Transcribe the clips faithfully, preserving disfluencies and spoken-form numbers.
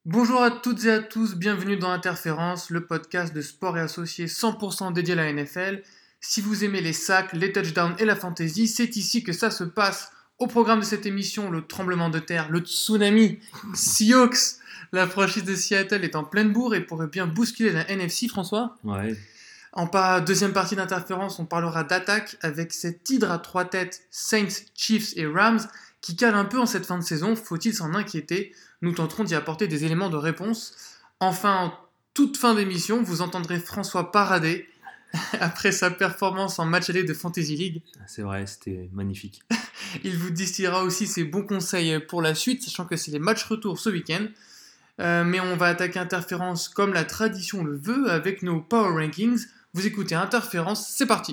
Bonjour à toutes et à tous, bienvenue dans Interférence, le podcast de sport et associés cent pour cent dédié à la N F L. Si vous aimez les sacs, les touchdowns et la fantasy, c'est ici que ça se passe. Au programme de cette émission, le tremblement de terre, le tsunami, Seahawks. La franchise de Seattle est en pleine bourre et pourrait bien bousculer la N F C, François. Ouais. En pa- deuxième partie d'Interférence, on parlera d'attaque avec cette hydre à trois têtes, Saints, Chiefs et Rams, qui cale un peu en cette fin de saison. Faut-il s'en inquiéter ? Nous tenterons d'y apporter des éléments de réponse. Enfin, en toute fin d'émission, vous entendrez François parader après sa performance en match aller de Fantasy League. C'est vrai, c'était magnifique. Il vous distillera aussi ses bons conseils pour la suite, sachant que c'est les matchs retour ce week-end. Euh, mais on va attaquer Interférence comme la tradition le veut avec nos Power Rankings. Vous écoutez Interférence, c'est parti.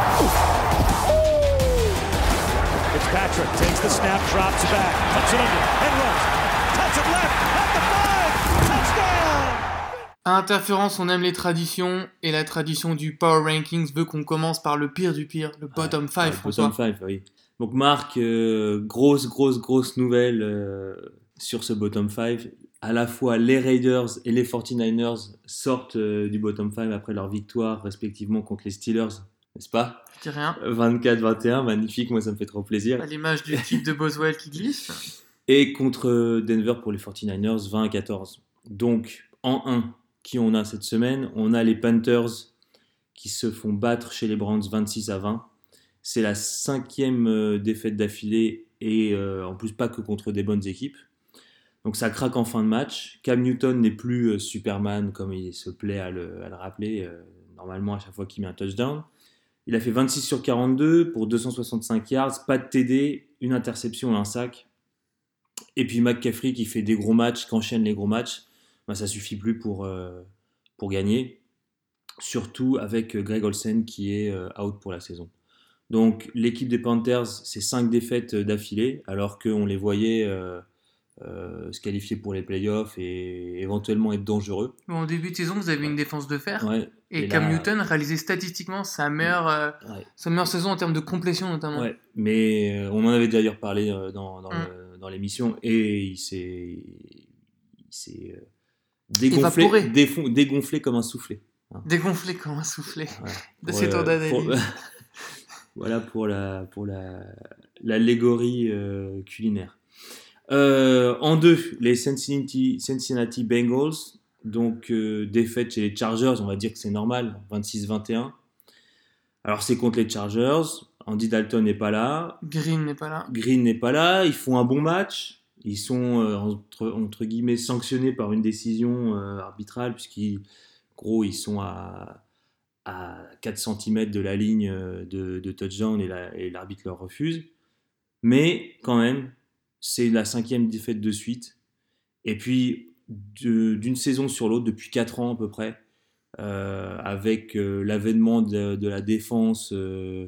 Fitzpatrick takes the snap, drops back, puts it under, and runs. Touch it left, at the five, touchdown! À Interférence, on aime les traditions, et la tradition du Power Rankings veut qu'on commence par le pire du pire, le bottom Ouais, five, ouais, François. Bottom five, oui. Donc Marc, euh, grosse, grosse, grosse nouvelle euh, sur ce bottom five. À la fois les Raiders et les forty-niners sortent euh, du bottom five après leur victoire respectivement contre les Steelers, n'est-ce pas ? Je dis rien. vingt-quatre vingt et un, magnifique, moi ça me fait trop plaisir. À l'image du kick de Boswell qui glisse. Et contre Denver pour les forty-niners, vingt à quatorze. Donc en un, qui on a cette semaine ? On a les Panthers qui se font battre chez les Browns vingt-six à vingt. C'est la cinquième euh, défaite d'affilée et euh, en plus pas que contre des bonnes équipes. Donc ça craque en fin de match. Cam Newton n'est plus euh, Superman comme il se plaît à le, à le rappeler euh, normalement à chaque fois qu'il met un touchdown. Il a fait vingt-six sur quarante-deux pour deux cent soixante-cinq yards, pas de T D, une interception et un sac. Et puis McCaffrey qui fait des gros matchs, qui enchaîne les gros matchs, ben, ça suffit plus pour, euh, pour gagner. Surtout avec Greg Olsen qui est euh, out pour la saison. Donc l'équipe des Panthers, c'est cinq défaites d'affilée, alors qu'on les voyait euh, euh, se qualifier pour les playoffs et éventuellement être dangereux. Bon, au début de saison, vous avez une défense de fer. Ouais. Et, Et Cam là- Newton réalisait statistiquement sa meilleure, euh, Ouais. sa meilleure saison en termes de complétion notamment. Ouais, mais euh, on en avait d'ailleurs parlé euh, dans, dans, Mm. le- dans l'émission et il s'est, il s'est euh, dégonflé, Évaporé. défon- dégonflé comme un soufflé. Dégonflé comme un soufflé. Ouais. De Pour, ces tours euh, d'analyse. pour- Voilà pour la pour la l'allégorie euh, culinaire. Euh, en deux, les Cincinnati, Cincinnati Bengals, donc euh, défaite chez les Chargers, on va dire que c'est normal, vingt-six vingt et un. Alors c'est contre les Chargers, Andy Dalton n'est pas là, Green n'est pas là. Green n'est pas là, ils font un bon match, ils sont euh, entre, entre guillemets sanctionnés par une décision euh, arbitrale puisqu'ils gros ils sont à à quatre centimètres de la ligne euh, de, de touchdown et, la, et l'arbitre leur refuse. Mais quand même, c'est la cinquième défaite de suite. Et puis, de, d'une saison sur l'autre, depuis quatre ans à peu près, euh, avec euh, l'avènement de, de la défense euh,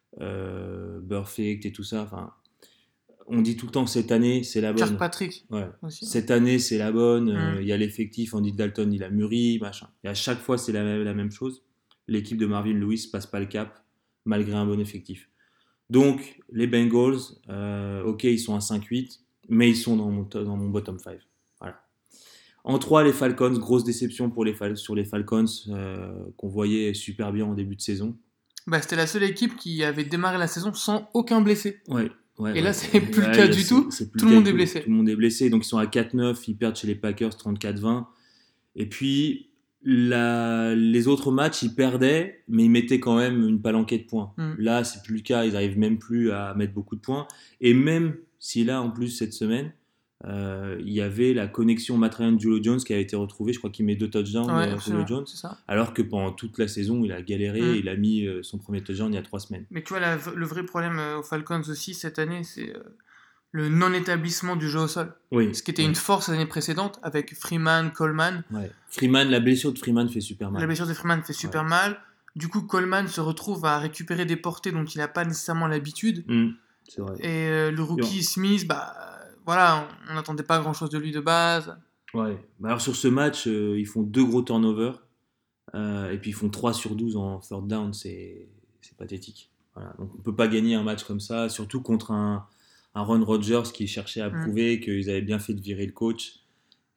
euh, perfect et tout ça, enfin, on dit tout le temps cette année, c'est la bonne. Kirkpatrick Ouais. aussi. Cette année, c'est la bonne. euh, Il Mm. y a l'effectif, Andy Dalton, il a mûri, machin. Et à chaque fois, c'est la, même- la même chose. L'équipe de Marvin Lewis passe pas le cap, malgré un bon effectif. Donc, les Bengals, euh, ok, ils sont à cinq huit, mais ils sont dans mon, to- dans mon bottom five. Voilà. En trois, les Falcons, grosse déception pour les Fal- sur les Falcons, euh, qu'on voyait super bien en début de saison. Bah, c'était la seule équipe qui avait démarré la saison sans aucun blessé. Ouais. Ouais, Et ouais. là, c'est plus le Ouais, cas là, du c'est- tout. c'est plus Tout le le cas monde du est tout. blessé. Tout le monde est blessé. Donc, ils sont à quatre neuf. Ils perdent chez les Packers trente-quatre vingt. Et puis, la... les autres matchs, ils perdaient, mais ils mettaient quand même une palanquée de points. Mm. Là, c'est plus le cas. Ils n'arrivent même plus à mettre beaucoup de points. Et même si là, en plus, cette semaine, euh, il y avait la connexion Matt Ryan Julio Jones qui a été retrouvée. Je crois qu'il met deux touchdowns, Ouais, euh, Julio absolument, Jones. c'est ça. Alors que pendant toute la saison, il a galéré. Mm. Il a mis euh, son premier touchdown il y a trois semaines. Mais tu vois, la- le vrai problème euh, aux Falcons aussi cette année, c'est euh, le non-établissement du jeu au sol. Oui. Ce qui était Ouais. une force l'année précédente avec Freeman, Coleman. Ouais. Freeman, la blessure de Freeman fait super mal. La blessure de Freeman fait super Ouais. mal. Du coup, Coleman se retrouve à récupérer des portées dont il n'a pas nécessairement l'habitude. Mm, c'est vrai. Et euh, le rookie Yo. Smith, bah euh, voilà, on n'attendait pas grand-chose de lui de base. Ouais. Bah alors sur ce match, euh, ils font deux gros turnovers euh, et puis ils font trois sur douze en third down, c'est, c'est pathétique. Voilà. Donc on peut pas gagner un match comme ça, surtout contre un, un Ron Rodgers qui cherchait à Mm. prouver qu'ils avaient bien fait de virer le coach. Et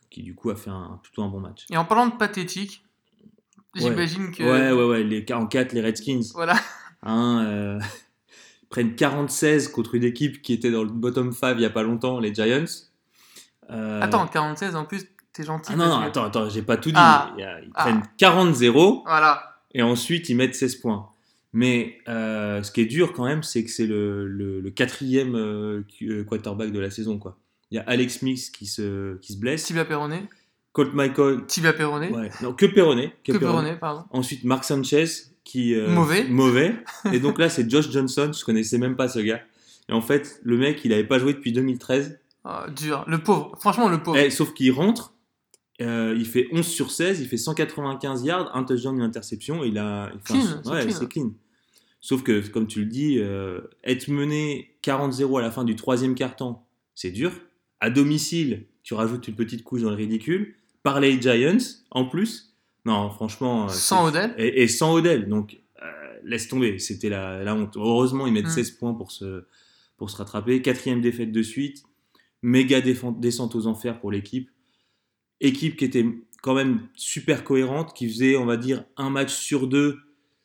qui du coup a fait un, plutôt un bon match. Et en parlant de pathétique, Ouais. j'imagine que... Ouais, ouais, ouais, les, en quatre, les Redskins. Voilà. Hein, euh, prennent quarante-seize contre une équipe qui était dans le bottom cinq il y a pas longtemps, les Giants. Euh, Attends, quarante-seize en plus, t'es gentil. Ah non, non, parce que- attends, attends, j'ai pas tout dit. Ah. Il y a- Ils Ah. prennent quarante zéro Voilà. et ensuite ils mettent seize points. Mais euh, ce qui est dur quand même, c'est que c'est le, le, le quatrième euh, quarterback de la saison, quoi. Il y a Alex Smith qui se, qui se blesse. Tibia Perronnet. Colt Michael. Tibia Perronnet. Ouais, non, que Perronnet. Que Perronnet, pardon. Ensuite, Mark Sanchez qui. euh, Mauvais. Mauvais. Et donc là, c'est Josh Johnson. Je connaissais même pas ce gars. Et en fait, le mec, il avait pas joué depuis deux mille treize. Oh, dur. Le pauvre. Franchement, le pauvre. Eh, sauf qu'il rentre. Euh, il fait onze sur seize, il fait cent quatre-vingt-quinze yards, un touchdown, une interception, et il a, il fait Clean, un- c'est ouais, clean. c'est clean. Sauf que, comme tu le dis, euh, être mené quarante zéro à la fin du troisième quart-temps, c'est dur. À domicile, tu rajoutes une petite couche dans le ridicule. Par les Giants, en plus. Non, franchement. euh, Sans c'est- Odell. Et, et sans Odell, donc euh, laisse tomber, c'était la, la honte. Heureusement, ils mettent Mm. seize points pour se, pour se rattraper. Quatrième défaite de suite. Méga défend- descente aux enfers pour l'équipe. Équipe qui était quand même super cohérente, qui faisait, on va dire, un match sur deux.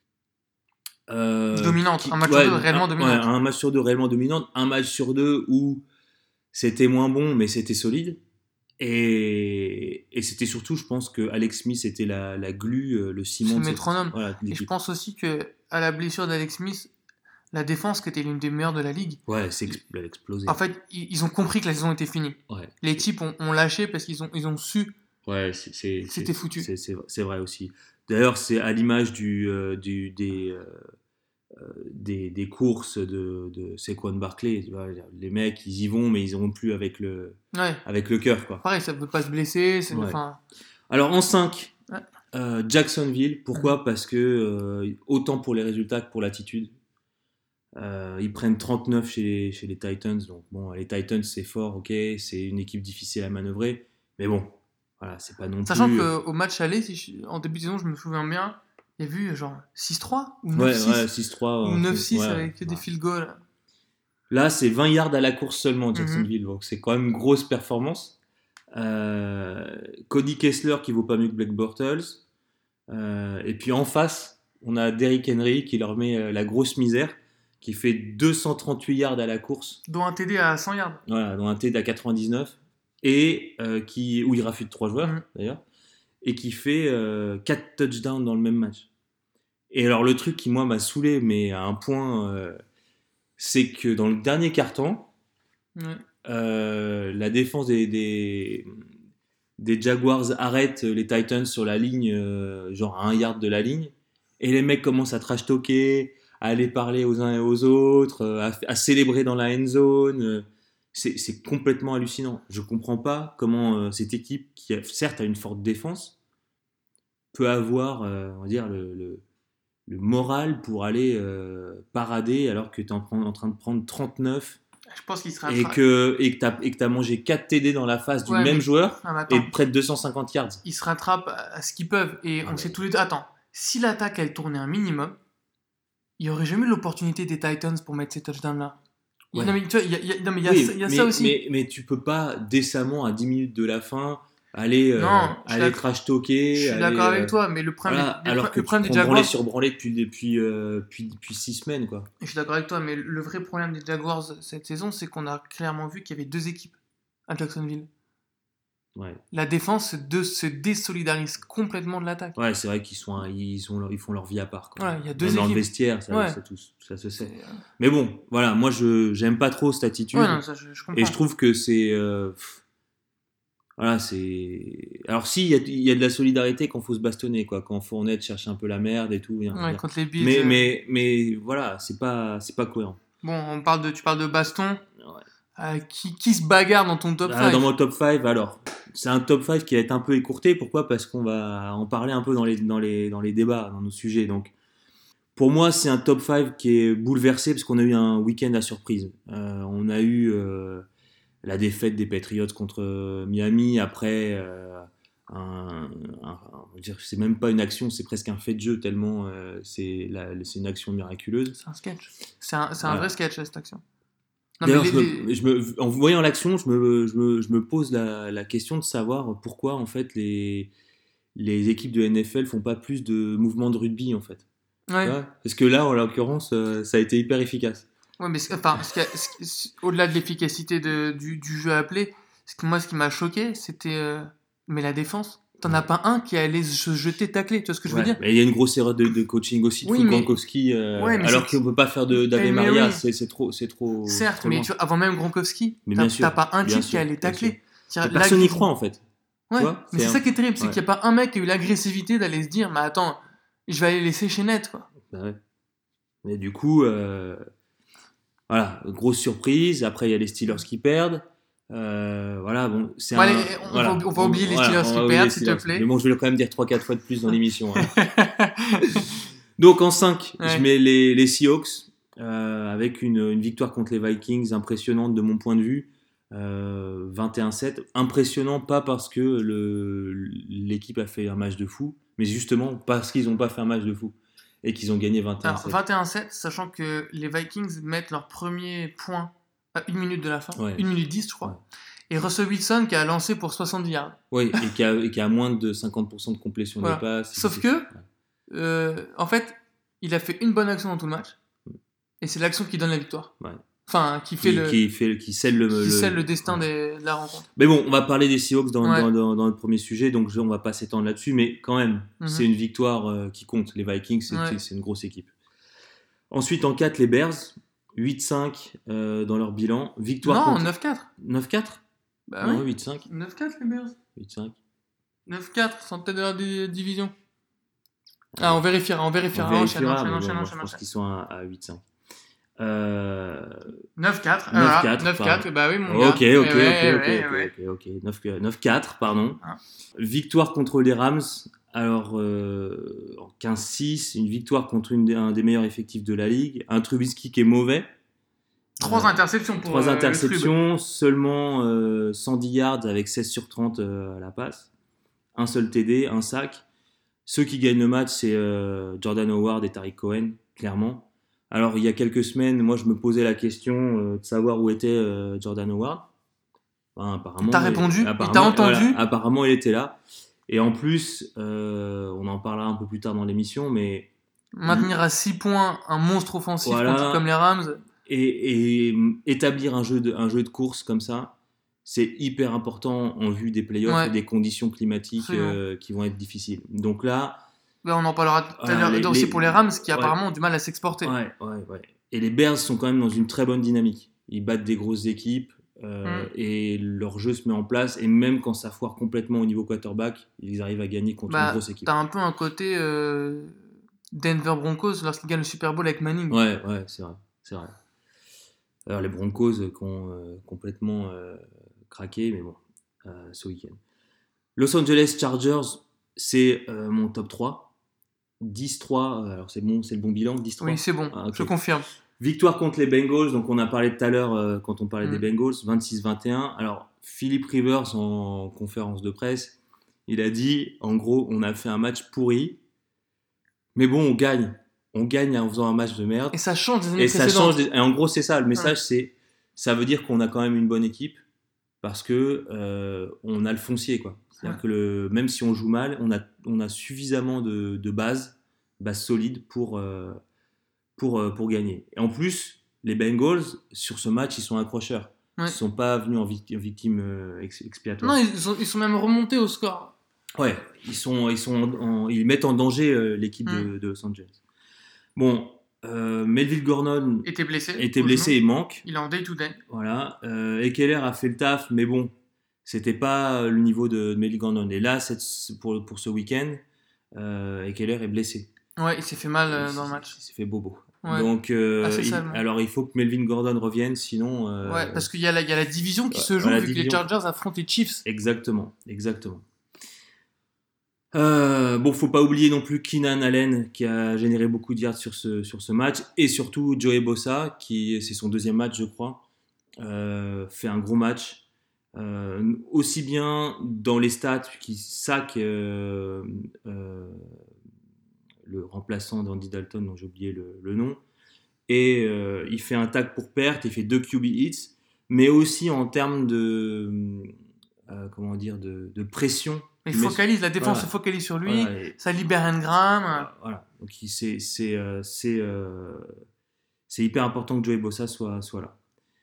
euh, Dominante, qui- un match sur deux réellement un, dominante. ouais, un match sur deux réellement dominante, un match sur deux où c'était moins bon, mais c'était solide. Et, et c'était surtout, je pense, que Alex Smith était la, la glu, euh, le ciment C'est de le cette- métronome. voilà, de Et je l'équipe. pense aussi que à la blessure d'Alex Smith, la défense, qui était l'une des meilleures de la ligue, Ouais, c'est ex- elle a explosé. en fait, ils, ils ont compris que la saison était finie. ouais, Les types ont, ont lâché parce qu'ils ont, ils ont su. ouais, c'est, c'est, C'était c'est- foutu. C'est, c'est, c'est vrai aussi. D'ailleurs, c'est à l'image du, euh, du, des, euh, euh, des, des courses de, de Saquon Barkley. Tu vois, les mecs, ils y vont, mais ils n'iront plus avec le, Ouais. avec le cœur, quoi. Pareil, ça ne peut pas se blesser. C'est, Ouais. enfin, Alors en cinq, Ouais. euh, Jacksonville. Pourquoi ? Parce que euh, autant pour les résultats que pour l'attitude. Euh, ils prennent trente-neuf chez les, chez les Titans. Donc bon, les Titans c'est fort, ok, c'est une équipe difficile à manœuvrer, mais bon, voilà, c'est pas non sachant plus. qu'au match aller, si je- en début de saison, je me souviens bien, il y a vu genre six trois ou Ouais, neuf six. ouais, six trois. Ou euh, neuf six ouais, avec des ouais. field goals. Là, c'est vingt yards à la course seulement, Mhm. Jacksonville. Donc c'est quand même une grosse performance. Euh, Cody Kessler qui vaut pas mieux que Blake Bortles. Euh, et puis en face, on a Derrick Henry qui leur met euh, la grosse misère, qui fait deux cent trente-huit yards à la course, Dont un T D à cent yards. voilà, dans un T D à quatre-vingt-dix-neuf, et euh, qui, où il rafute trois joueurs Mhm. d'ailleurs, et qui fait euh, quatre touchdowns dans le même match. Et alors le truc qui moi m'a saoulé, mais à un point, euh, c'est que dans le dernier quart-temps, Ouais. euh, la défense des, des, des Jaguars arrête les Titans sur la ligne, euh, genre à un yard de la ligne, et les mecs commencent à trash talker, à aller parler aux uns et aux autres, euh, à, à célébrer dans la end zone. euh, C'est, c'est complètement hallucinant. Je comprends pas comment euh, cette équipe, qui a, certes a une forte défense, peut avoir, euh, on va dire, le, le, le moral pour aller euh, parader alors que tu es en, en train de prendre trente-neuf Je pense qu'il sera. et que et que tu as mangé quatre T D dans la face du Ouais, même mais- joueur Ah, mais attends, et près de deux cent cinquante yards. ils se rattrapent à ce qu'ils peuvent. Et Ah, on mais- sait tous les deux. Attends, si l'attaque elle tournait un minimum, il n'y aurait jamais eu l'opportunité des Titans pour mettre ces touchdowns-là. Il- Ouais. Non, mais tu vois, il y a, il y a- non, mais il y a, Oui, ça, il y a mais, ça aussi. Mais, mais tu peux pas décemment à dix minutes de la fin aller, euh, Non, je suis aller d'accord- trash talker. Je suis aller, d'accord avec euh, toi, mais le problème, voilà, des- alors le, que le problème tu des prends branlé Jaguars, sur branlé depuis, depuis, euh, depuis, depuis six semaines. Quoi. je suis d'accord avec toi, mais le vrai problème des Jaguars cette saison, c'est qu'on a clairement vu qu'il y avait deux équipes à Jacksonville. Ouais. La défense se, de- se désolidarise complètement de l'attaque. Ouais, c'est vrai qu'ils sont, un- ils, sont leur- ils font leur vie à part. Quoi. Ouais, il y a deux Même dans le équipes. vestiaire, ça, Ouais. ça, tout- ça se sait. C'est- euh, Mais bon, voilà, moi je j'aime pas trop cette attitude. Ouais, non, ça, je, je comprends. Et je trouve que c'est. euh, pff, voilà, c'est. Alors, si, il y a, il y a de la solidarité quand faut se bastonner, quoi. Quand Fournette cherche un peu la merde et tout. bien, Ouais, bien. contre les Bills. Mais, euh, mais, mais voilà, c'est pas, c'est pas cohérent. Bon, on parle de, tu parles de baston. Ouais. Euh, qui, qui se bagarre dans ton top Ah, cinq? dans mon top cinq, alors, c'est un top cinq qui va être un peu écourté. Pourquoi ? Parce qu'on va en parler un peu dans les, dans les, dans les débats, dans nos sujets. Donc, pour moi, c'est un top cinq qui est bouleversé parce qu'on a eu un week-end à surprise. Euh, on a eu euh, la défaite des Patriots contre euh, Miami après euh, un, un- on va dire, c'est même pas une action, c'est presque un fait de jeu tellement euh, c'est, la, c'est une action miraculeuse. C'est un sketch. C'est un, c'est un Voilà. vrai sketch, cette action. Non, D'ailleurs, mais je les- me- les- je me- en voyant l'action, je me, je me- je me pose la, la question de savoir pourquoi en fait les, les équipes de N F L font pas plus de mouvements de rugby en fait. Tu Ouais. vois, parce que là, en l'occurrence, euh, ça a été hyper efficace. Ouais, mais c'est- enfin, ce qui a- ce qui- ce- au-delà de l'efficacité de, du, du jeu appelé, ce que moi, ce qui m'a choqué, c'était. euh, mais la défense, t'en as pas un qui allait se jeter tacler, tu vois ce que je veux Ouais, dire? mais il y a une grosse erreur de, de coaching aussi de Oui, Foot mais- Gronkowski, euh, Ouais, mais alors c'est- qu'on peut pas faire de- d'Ave Eh, mais Maria, oui. c'est c'est trop, c'est trop. Certes, trop mais loin. tu vois, avant même Gronkowski, Mais t'as bien sûr, t'as pas un bien type sûr, qui allait bien tacler. sûr. C'est-à-dire, Personne n'y l'agressi- croit en fait. Ouais, vois, mais c'est c'est un- ça qui est terrible, c'est ouais. qu'il n'y a pas un mec qui a eu l'agressivité d'aller se dire, mais attends, je vais aller laisser chez Net, quoi. Bah ouais. Mais du coup, euh, voilà, grosse surprise. Après, il y a les Steelers qui perdent. Euh, voilà, bon, c'est Bon, un. allez, on voilà. va- on va oublier les voilà, Steelers on qui va oublier perdent, les s'il te Steelers. plaît. Mais bon, je vais le quand même dire trois quatre fois de plus dans l'émission. hein. Donc en cinq, Ouais. je mets les, les Seahawks euh, avec une, une victoire contre les Vikings impressionnante de mon point de vue. Euh, vingt et un sept. Impressionnant, pas parce que le, l'équipe a fait un match de fou, mais justement parce qu'ils n'ont pas fait un match de fou et qu'ils ont gagné vingt et un Alors, sept. vingt et un sept, sachant que les Vikings mettent leur premier point à une minute de la fin, Ouais. une minute dix, je crois. Ouais. Et Russell Wilson qui a lancé pour soixante yards. Oui, et qui a, et qui a moins de cinquante pour cent de complétion Voilà. des passes. Sauf C'est- que, ouais. euh, en fait, il a fait une bonne action dans tout le match. Et c'est l'action qui donne la victoire. Ouais. Enfin, qui fait Qui, le, qui, fait, qui scelle le, qui le- scelle le destin ouais. des- de la rencontre. Mais bon, on va parler des Seahawks dans, Ouais. dans, dans, dans le premier sujet, donc je- on va pas s'étendre là-dessus, mais quand même, Mhm. c'est une victoire euh, qui compte. Les Vikings, c'est Ouais. c'est une grosse équipe. Ensuite, en quatre, les Bears, huit cinq euh, dans leur bilan. Victoire Non, contre... neuf quatre. neuf quatre Bah Non, oui. huit cinq. neuf quatre les Bears. huit cinq. neuf quatre, sans tête de la di- division. Ah, on vérifiera, on vérifiera. On Enchaîne, vérifiera, enchaîne, mais bon, enchaîne, moi, enchaîne, je pense enchaîne. qu'ils sont à, à huit cinq. Euh... neuf quatre. neuf quatre, neuf quatre, pardon. bah oui, mon gars. Ok, ok, Ouais, ok, ouais, ok, ouais, ok, ouais. ok, ok, neuf neuf quatre, pardon. Ah. Victoire contre les Rams. Alors, euh, en quinze six, une victoire contre une des- un des meilleurs effectifs de la ligue. Un Trubisky qui est mauvais. Trois Euh, interceptions pour Trois euh, le Trub. interceptions, seulement euh, cent dix yards avec seize sur trente euh, à la passe. Un seul T D, un sac. Ceux qui gagnent le match, c'est euh, Jordan Howard et Tariq Cohen, clairement. Alors, il y a quelques semaines, moi, je me posais la question euh, de savoir où était euh, Jordan Howard. Enfin, apparemment, T'as il- répondu, il apparemment, t'a entendu. voilà, apparemment, il était là. Et en plus, euh, on en parlera un peu plus tard dans l'émission, mais Maintenir à six points un monstre offensif Voilà. contre- comme les Rams. et, et établir un jeu, de, un jeu de course comme ça, c'est hyper important en vue des playoffs Ouais. et des conditions climatiques Absolument. euh, qui vont être difficiles. Donc là, Là, on en parlera tout à Voilà, l'heure les- aussi les- pour les Rams qui ouais. apparemment ont du mal à s'exporter. ouais, ouais, ouais. Et les Bears sont quand même dans une très bonne dynamique. Ils battent des grosses équipes euh, Mm. et leur jeu se met en place. Et même quand ça foire complètement au niveau quarterback, ils arrivent à gagner contre une Bah, grosse équipe. t'as un peu un côté euh, Denver Broncos lorsqu'ils gagnent le Super Bowl avec Manning. Ouais, ouais, c'est vrai, c'est vrai. Alors les Broncos euh, qui ont euh, complètement euh, craqué, mais bon, euh, ce week-end. Los Angeles Chargers, c'est euh, mon top trois. dix trois, euh, alors c'est bon, c'est le bon bilan, dix trois. Oui, c'est bon, Ah, ok. je confirme. Victoire contre les Bengals, donc on a parlé tout à l'heure euh, quand on parlait Mm. des Bengals, vingt-six vingt et un. Alors Philip Rivers en conférence de presse, il a dit, en gros, on a fait un match pourri, mais bon, on gagne. On gagne en faisant un match de merde. Et ça change des années Et ça précédentes. change. des- Et en gros, c'est ça. Le message, c'est, ça veut dire qu'on a quand même une bonne équipe parce que euh, on a le foncier, quoi. C'est-à-dire Ouais. que le, même si on joue mal, on a, on a suffisamment de, de base, base solide pour, euh, pour, euh, pour gagner. Et en plus, les Bengals sur ce match, ils sont accrocheurs. Ouais. Ils sont pas venus en victime, victime euh, ex- expiatoire. Non, ils sont, ils sont même remontés au score. Ouais, ils, sont, ils, sont en- en- ils mettent en danger euh, l'équipe Mm. de, de Los Angeles. Bon, euh, Melville Gordon Était blessé. était au blessé et genou. manque. Il est en day-to-day. Voilà. Euh, Ekeler a fait le taf, mais bon, c'était pas le niveau de, de Melville Gordon. Et là, cette, pour, pour ce week-end, euh, Ekeler est blessé. Ouais, il s'est fait mal euh, Il dans le s'est- match. Il s'est fait bobo. Ouais. Donc, euh, Assez il- salement. alors il faut que Melvin Gordon revienne, sinon. euh, Ouais, parce qu'il y, a la- il y a la division qui Ouais, se joue voilà, vu que les division. Chargers affrontent les Chiefs. Exactement, exactement. Euh, bon, faut pas oublier non plus Keenan Allen qui a généré beaucoup de yards sur ce, sur ce match et surtout Joey Bosa qui c'est son deuxième match je crois euh, fait un gros match euh, aussi bien dans les stats qui sac euh, euh, le remplaçant d'Andy Dalton dont j'ai oublié le, le nom et euh, il fait un tackle pour perte, il fait deux Q B hits, mais aussi en termes de, euh, comment dire, de, de pression. Il focalise, la défense voilà. se focalise sur lui, voilà, et, ça libère Ingram. Voilà, voilà. Donc il, c'est, c'est, euh, c'est, euh, c'est hyper important que Joey Bosa soit, soit là.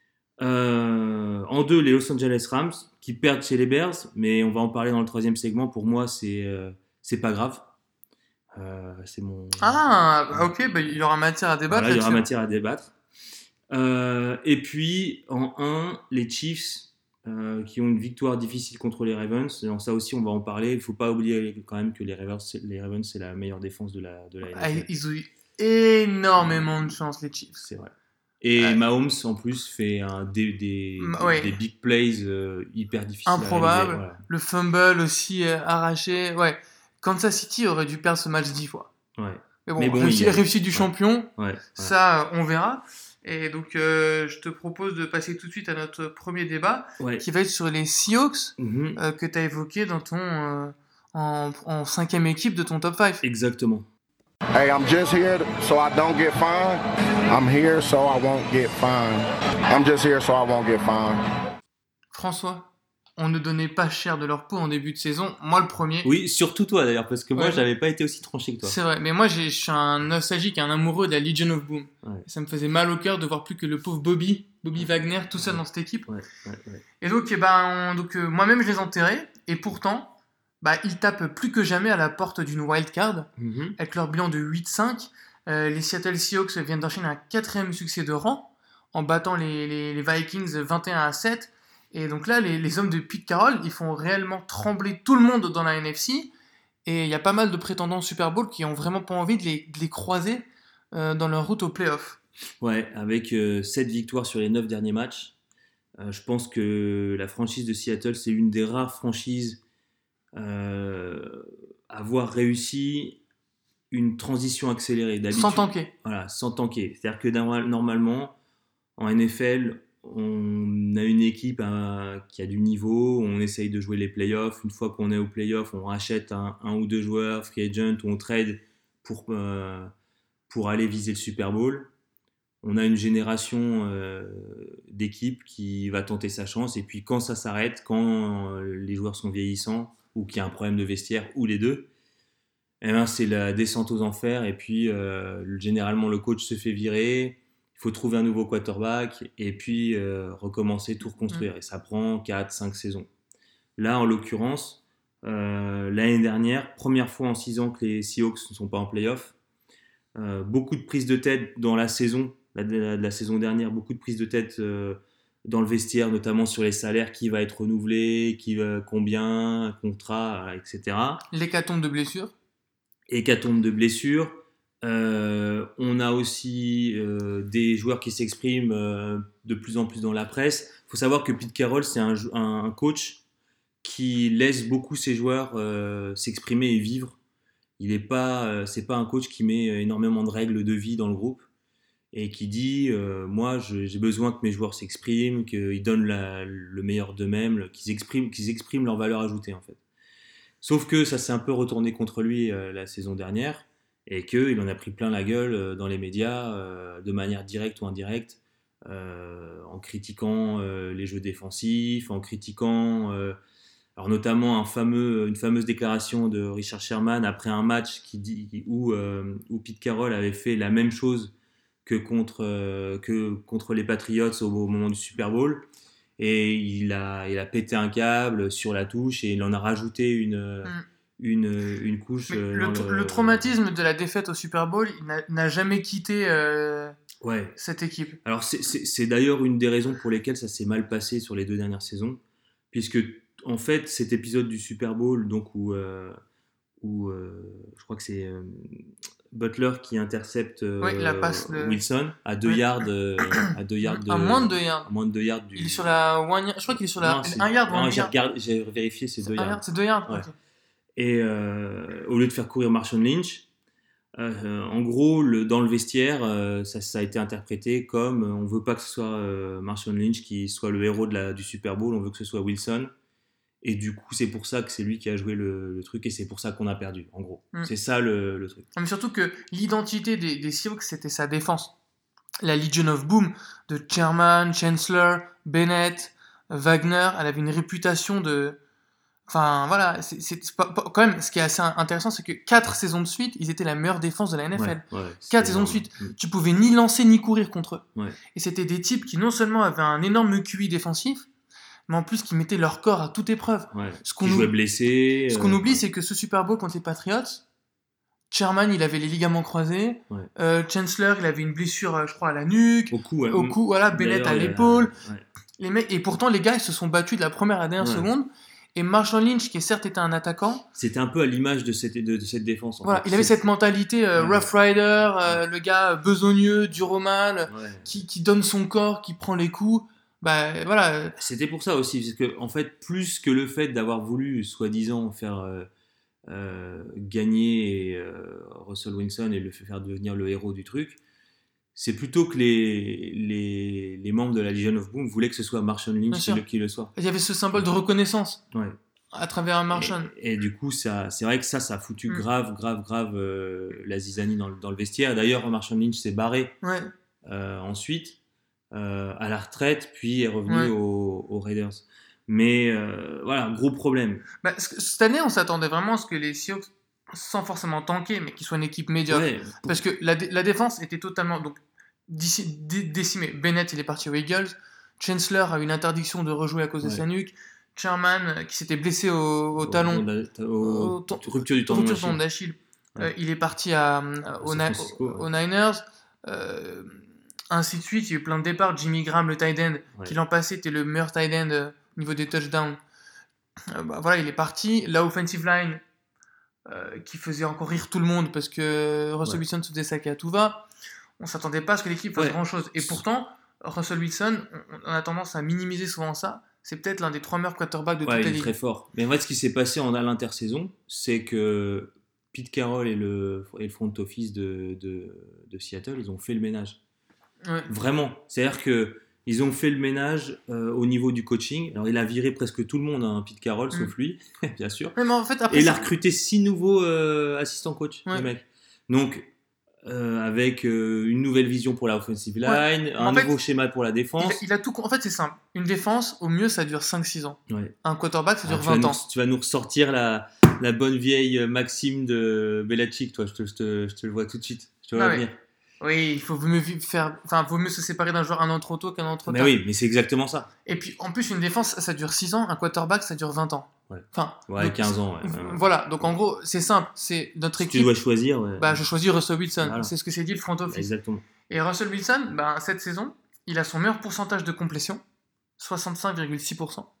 Euh, en deux, les Los Angeles Rams qui perdent chez les Bears, mais on va en parler dans le troisième segment. Pour moi, c'est, euh, c'est pas grave. Euh, c'est mon... Ah, bah, ok, bah, il y aura matière à débattre. Voilà, il y aura matière à débattre. Euh, et puis en un, les Chiefs euh, qui ont une victoire difficile contre les Ravens. Donc ça aussi, on va en parler. Il ne faut pas oublier quand même que les Ravens, c'est, les Ravens, c'est la meilleure défense de la, de la N F L. Ah, ils ont eu énormément de chance, les Chiefs. C'est vrai. Et ouais. Mahomes, en plus, fait un, des, des, ouais. des big plays euh, hyper difficiles improbable. à voilà. Le fumble aussi euh, arraché. Ouais. Kansas City aurait dû perdre ce match dix fois. Ouais. Mais bon, Mais bon réussite, a... réussite du ouais. champion, ouais. ça, on verra. Et donc, euh, je te propose de passer tout de suite à notre premier débat, ouais. qui va être sur les Seahawks, mm-hmm. euh, que tu as évoqué dans ton, euh, en, en cinquième équipe de ton top cinq. Exactement. Hey, I'm just here so I don't get fined. I'm here so I won't get fined. I'm just here so I won't get fined. François, on ne donnait pas cher de leur peau en début de saison. Moi, le premier. Oui, surtout toi d'ailleurs, parce que moi, ouais. j'avais pas été aussi tranché que toi. C'est vrai, mais moi, je suis un nostalgique, un amoureux de la Legion of Boom. Ouais. Ça me faisait mal au cœur de voir plus que le pauvre Bobby, Bobby Wagner, tout seul ouais. dans cette équipe. Ouais, ouais, ouais. Et donc, eh ben, on, donc euh, moi-même, je les enterrais. Et pourtant, bah, ils tapent plus que jamais à la porte d'une wildcard, mm-hmm. avec leur bilan de huit cinq. Euh, les Seattle Seahawks viennent d'enchaîner un quatrième succès de rang, en battant les, les, les Vikings vingt et un à sept. Et donc là, les, les hommes de Pete Carroll, ils font réellement trembler tout le monde dans la N F C. Et il y a pas mal de prétendants au Super Bowl qui ont vraiment pas envie de les, de les croiser euh, dans leur route aux playoffs. Ouais, avec euh, sept victoires sur les neuf derniers matchs. Euh, je pense que la franchise de Seattle, c'est une des rares franchises euh, à avoir réussi une transition accélérée. D'habitude, sans tanker. Voilà, sans tanker. C'est-à-dire que normalement, en N F L, on a une équipe euh, qui a du niveau, on essaye de jouer les playoffs. Une fois qu'on est aux playoffs, on rachète un, un ou deux joueurs, free agent, ou on trade pour, euh, pour aller viser le Super Bowl. On a une génération euh, d'équipes qui va tenter sa chance. Et puis quand ça s'arrête, quand euh, les joueurs sont vieillissants, ou qu'il y a un problème de vestiaire, ou les deux, eh ben, c'est la descente aux enfers. Et puis euh, généralement, le coach se fait virer. Il faut trouver un nouveau quarterback et puis euh, recommencer, tout reconstruire. Mmh. Et ça prend quatre cinq saisons. Là, en l'occurrence, euh, l'année dernière, première fois en six ans que les Seahawks ne sont pas en play-off. Euh, beaucoup de prises de tête dans la saison, la, la, la saison dernière, beaucoup de prises de tête euh, dans le vestiaire, notamment sur les salaires, qui va être renouvelé, qui va, combien, contrat, et cetera. L'hécatombe de blessures. Hécatombe de blessures. Euh, on a aussi euh, des joueurs qui s'expriment euh, de plus en plus dans la presse. Il faut savoir que Pete Carroll, c'est un, un, un coach qui laisse beaucoup ses joueurs euh, s'exprimer et vivre. Il n'est pas, euh, c'est pas un coach qui met énormément de règles de vie dans le groupe et qui dit euh, moi je, j'ai besoin que mes joueurs s'expriment, qu'ils donnent la, le meilleur d'eux-mêmes, qu'ils expriment, qu'ils expriment leur valeur ajoutée en fait. Sauf que ça s'est un peu retourné contre lui euh, la saison dernière. Et qu'il en a pris plein la gueule dans les médias, euh, de manière directe ou indirecte, euh, en critiquant euh, les jeux défensifs, en critiquant, euh, alors notamment un fameux, une fameuse déclaration de Richard Sherman après un match qui dit, où, euh, où Pete Carroll avait fait la même chose que contre, euh, que contre les Patriots au, au moment du Super Bowl. Et il a, il a pété un câble sur la touche et il en a rajouté une... Mm. Une, une couche. Euh, le, le, le traumatisme de la défaite au Super Bowl, il n'a, n'a jamais quitté euh, ouais. cette équipe. Alors c'est, c'est, c'est d'ailleurs une des raisons pour lesquelles ça s'est mal passé sur les deux dernières saisons, puisque en fait cet épisode du Super Bowl, donc où, euh, où euh, je crois que c'est euh, Butler qui intercepte euh, oui, la passe de... Wilson à deux oui. yards, euh, à deux yards de, à moins de deux yards. À moins de deux yards du... Il est sur la one, je crois qu'il est sur la non, c'est... un yard ou non, un j'ai, yard. Regardé, j'ai vérifié, c'est, c'est deux yards. Yard, c'est deux yards. Ouais. Okay. Et euh, au lieu de faire courir Marshawn Lynch, euh, en gros, le, dans le vestiaire, euh, ça, ça a été interprété comme euh, on veut pas que ce soit euh, Marshawn Lynch qui soit le héros de la, du Super Bowl, on veut que ce soit Wilson. Et du coup, c'est pour ça que c'est lui qui a joué le, le truc et c'est pour ça qu'on a perdu, en gros. Mm. C'est ça le, le truc. Mais surtout que l'identité des, des Seahawks, c'était sa défense. la Legion of Boom de Sherman, Chancellor, Bennett, Wagner, elle avait une réputation de... Enfin, voilà, c'est, c'est, c'est pas, pas, quand même, ce qui est assez intéressant, c'est que quatre saisons de suite, ils étaient la meilleure défense de la N F L. Ouais, ouais, quatre saisons de suite. Mm. Tu pouvais ni lancer ni courir contre eux. Ouais. Et c'était des types qui non seulement avaient un énorme Q I défensif, mais en plus qui mettaient leur corps à toute épreuve. Ouais. Ce qu'on qui jouaient blessés. Ce qu'on euh, oublie, ouais. c'est que ce Super Bowl contre les Patriots, Sherman, il avait les ligaments croisés. Ouais. Euh, Chancellor, il avait une blessure, je crois, à la nuque. Au cou, ouais. Au cou, voilà. Bennett à l'épaule. A... Ouais. Les mecs, et pourtant, les gars, ils se sont battus de la première à la dernière ouais. seconde. Et Marshawn Lynch, qui certes était un attaquant, c'était un peu à l'image de cette, de, de cette défense. En voilà, fait. il avait c'est... cette mentalité euh, ouais. Rough Rider, euh, le gars besogneux, duroman, ouais. qui, qui donne son corps, qui prend les coups. Bah, voilà. C'était pour ça aussi, parce que en fait, plus que le fait d'avoir voulu, soi-disant, faire euh, euh, gagner euh, Russell Wilson et le faire devenir le héros du truc, c'est plutôt que les, les, les membres de la Legion of Boom voulaient que ce soit Marshawn Lynch qui le, qui le soit. Il y avait ce symbole de reconnaissance ouais. à travers un Marshawn. Et, et du coup, ça, c'est vrai que ça, ça a foutu mm. grave, grave, grave euh, la zizanie dans le, dans le vestiaire. D'ailleurs, Marshawn Lynch s'est barré ouais. euh, ensuite euh, à la retraite, puis est revenu ouais. aux, aux Raiders. Mais euh, voilà, gros problème. Bah, cette année, on s'attendait vraiment à ce que les Seahawks, sans forcément tanker, mais qu'ils soient une équipe médiocre. Ouais, pour... Parce que la, dé- la défense était totalement donc, dé- dé- décimée. Bennett, il est parti aux Eagles. Chancellor a eu une interdiction de rejouer à cause ouais. de sa nuque. Sherman, qui s'était blessé au, au talon, au, au, au, au rupture du tendon d'Achille, d'Achille. Ouais. Euh, il est parti à, à, au, na- aux, ouais. aux Niners. Euh, ainsi de suite, il y a eu plein de départs. Jimmy Graham, le tight end, ouais. qui l'an passé était le meilleur tight end euh, au niveau des touchdowns. Euh, bah, voilà, il est parti. La offensive line, euh, qui faisait encore rire tout le monde parce que Russell ouais. Wilson se faisait saquer à tout va. On s'attendait pas à ce que l'équipe fasse ouais. grand chose. Et pourtant, Russell Wilson, on, on a tendance à minimiser souvent ça. C'est peut-être l'un des trois meilleurs quarterbacks de ouais, toute la ligue. ligue. Très fort. Mais en fait, ce qui s'est passé en à l'intersaison, c'est que Pete Carroll et le, et le front office de, de, de Seattle, ils ont fait le ménage. Ouais. Vraiment. C'est-à-dire que ils ont fait le ménage euh, au niveau du coaching. Alors, il a viré presque tout le monde, hein, Pete Carroll, mmh. sauf lui, bien sûr. Ouais, mais en fait, après, et il a recruté six nouveaux euh, assistants coach, ouais. le mec. Donc, euh, avec euh, une nouvelle vision pour la offensive line, ouais. un en nouveau fait, schéma pour la défense. Il a, il a tout... En fait, c'est simple. Une défense, au mieux, ça dure cinq six ans. Ouais. Un quarterback, ça dure ah, vingt ans. Nous, tu vas nous ressortir la, la bonne vieille maxime de Belichick, toi. Je te, je, te, je te le vois tout de suite. Je te vois venir. Ouais. Oui, il faut mieux faire, enfin, vaut mieux se séparer d'un joueur un an trop tôt qu'un an trop tard. Mais oui, mais c'est exactement ça. Et puis, en plus, une défense, ça dure six ans, un quarterback, ça dure vingt ans. Ouais. Enfin, ouais, donc, quinze ans. Ouais, ouais. Voilà, donc en gros, c'est simple, c'est notre si équipe. Tu dois choisir. Ouais. Bah, je choisis Russell Wilson. Voilà. C'est ce que s'est dit le front office. Exactement. Et Russell Wilson, bah, cette saison, il a son meilleur pourcentage de complétion, soixante-cinq virgule six pour cent.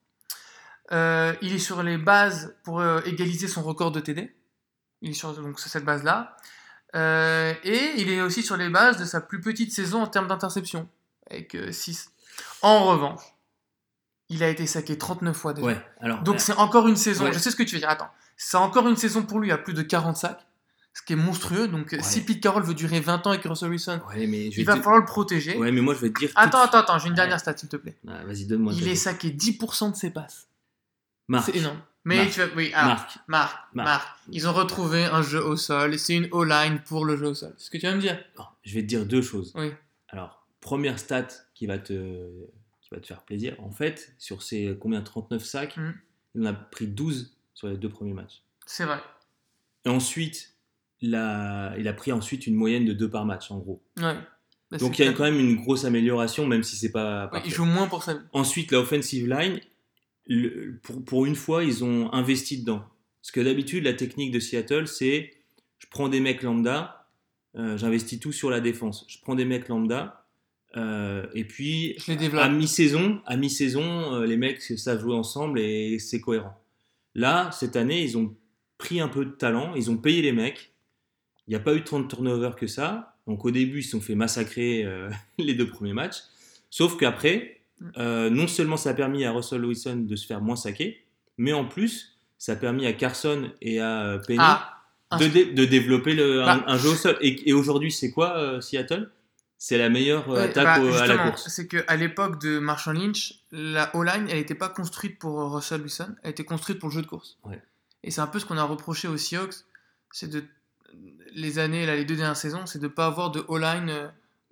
Euh, il est sur les bases pour euh, égaliser son record de T D. Il est sur donc, cette base-là. Euh, et il est aussi sur les bases de sa plus petite saison en termes d'interception, avec euh, six. En revanche, il a été saqué trente-neuf fois déjà. Ouais, alors, donc ouais. c'est encore une saison, ouais. je sais ce que tu veux dire, attends, c'est encore une saison pour lui à plus de quarante sacs, ce qui est monstrueux, donc ouais. si Pete Carroll veut durer vingt ans avec Russell Wilson, ouais, mais je il va te... falloir le protéger. Ouais, mais moi je vais te dire... Attends, attends, attends, j'ai une dernière ouais. stat s'il te plaît. Ah, vas-y, donne-moi. Il est saqué dix pour cent de ses passes. Marc. C'est énorme. Mais Marc. tu vas, oui, alors, Marc. Marc, Marc, Marc, ils ont retrouvé un jeu au sol, c'est une O-line pour le jeu au sol. C'est ce que tu vas me dire? Non, je vais te dire deux choses. Oui. Alors, première stat qui va te, qui va te faire plaisir. En fait, sur ces combien trente-neuf sacs, mm. il en a pris douze sur les deux premiers matchs. C'est vrai. Et ensuite, il a, il a pris ensuite une moyenne de deux par match, en gros. Ouais. Bah, donc, il y a quand même une grosse amélioration, même si c'est pas... Ouais, il joue moins pour ça. Ensuite, la offensive line... Le, pour, pour une fois, ils ont investi dedans. Parce que d'habitude, la technique de Seattle, c'est je prends des mecs lambda, euh, j'investis tout sur la défense. Je prends des mecs lambda, euh, et puis je les développe. à mi-saison, à mi-saison euh, les mecs savent jouer ensemble et c'est cohérent. Là, cette année, ils ont pris un peu de talent, ils ont payé les mecs. Il n'y a pas eu tant de turnover que ça. Donc au début, ils se sont fait massacrer euh, les deux premiers matchs. Sauf qu'après... Euh, non seulement ça a permis à Russell Wilson de se faire moins saquer, mais en plus ça a permis à Carson et à Penny ah, de, dé- de développer le, bah, un, un jeu au sol. Et, et aujourd'hui, c'est quoi euh, Seattle ? C'est la meilleure euh, ouais, attaque bah, au, à la course. C'est qu'à l'époque de Marshawn Lynch, la O-line, elle n'était pas construite pour Russell Wilson, elle était construite pour le jeu de course. Ouais. Et c'est un peu ce qu'on a reproché aux Seahawks, c'est de les années, là, les deux dernières saisons, c'est de ne pas avoir de O-line euh,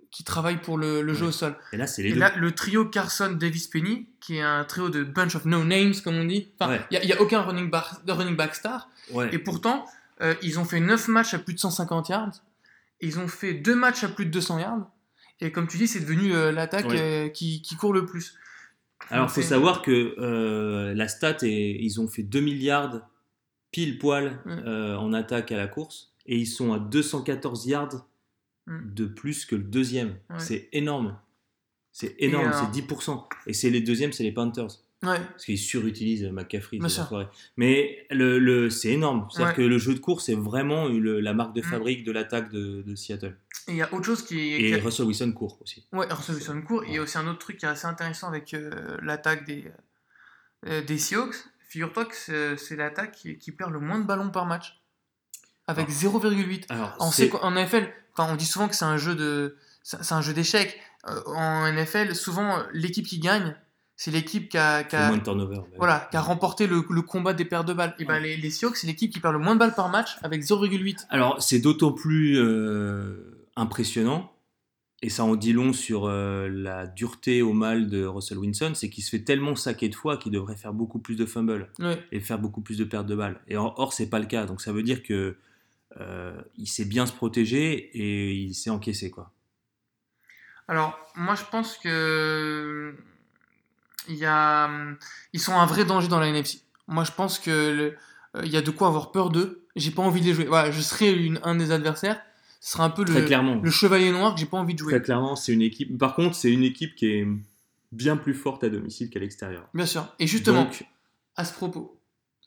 qui travaillent pour le, le jeu Ouais. au sol. Et là, c'est les Et deux. là, le trio Carson-Davis-Penny, qui est un trio de bunch of no names, comme on dit. Enfin, il Ouais. n'y a, a aucun running back, running back star. Ouais. Et pourtant, euh, ils ont fait neuf matchs à plus de cent cinquante yards. Ils ont fait deux matchs à plus de deux cents yards. Et comme tu dis, c'est devenu euh, l'attaque Ouais. euh, qui, qui court le plus. Alors, Donc, il faut c'est- savoir que euh, la stat, est, ils ont fait deux milliards pile poil Ouais. euh, en attaque à la course. Et ils sont à deux cent quatorze yards Mm. de plus que le deuxième. Ouais. C'est énorme. C'est énorme, alors- c'est dix pour cent. Et c'est les deuxièmes, c'est les Panthers. Ouais. Parce qu'ils surutilisent McCaffrey. Bien ces sûr. enfoirés. Mais le, le, c'est énorme. C'est-à-dire Ouais. que le jeu de course, c'est vraiment le- la marque de Mm. fabrique de l'attaque de, de Seattle. Et il y a autre chose qui est. Et qui a- Russell Wilson court aussi. Ouais, Russell Wilson court. Et il y a aussi un autre truc qui est assez intéressant avec euh, l'attaque des, euh, des Seahawks. Figure-toi que c'est, c'est l'attaque qui, qui perd le moins de ballons par match. Avec Ah. zéro virgule huit. Alors, On c'est- sait qu'en N F L, enfin, on dit souvent que c'est un jeu de, c'est c'est un jeu d'échecs. Euh, en N F L, souvent l'équipe qui gagne, c'est l'équipe qui a, qui fait a- moins de turnover. bah oui. voilà, qui a remporté le, le combat des pertes de balles. Et ben les, les Seahawks, c'est l'équipe qui perd le moins de balles par match avec zéro virgule huit. Alors, c'est d'autant plus euh, impressionnant, et ça en dit long sur euh, la dureté au mal de Russell Wilson, c'est qu'il se fait tellement saquer de fois qu'il devrait faire beaucoup plus de fumbles Ouais. et faire beaucoup plus de pertes de balles. Et or, or, c'est pas le cas. Donc, ça veut dire que euh, il sait bien se protéger et il sait encaisser, quoi. Alors, moi, je pense que il y a, ils sont un vrai danger dans la N F C. Moi, je pense que le- euh, il y a de quoi avoir peur d'eux. J'ai pas envie de les jouer. Voilà, je serais une- un des adversaires. Ce sera un peu Très le, clairement. le chevalier noir que j'ai pas envie de jouer. Très clairement, c'est une équipe. Par contre, c'est une équipe qui est bien plus forte à domicile qu'à l'extérieur. Bien sûr. Et justement, Donc, à ce propos,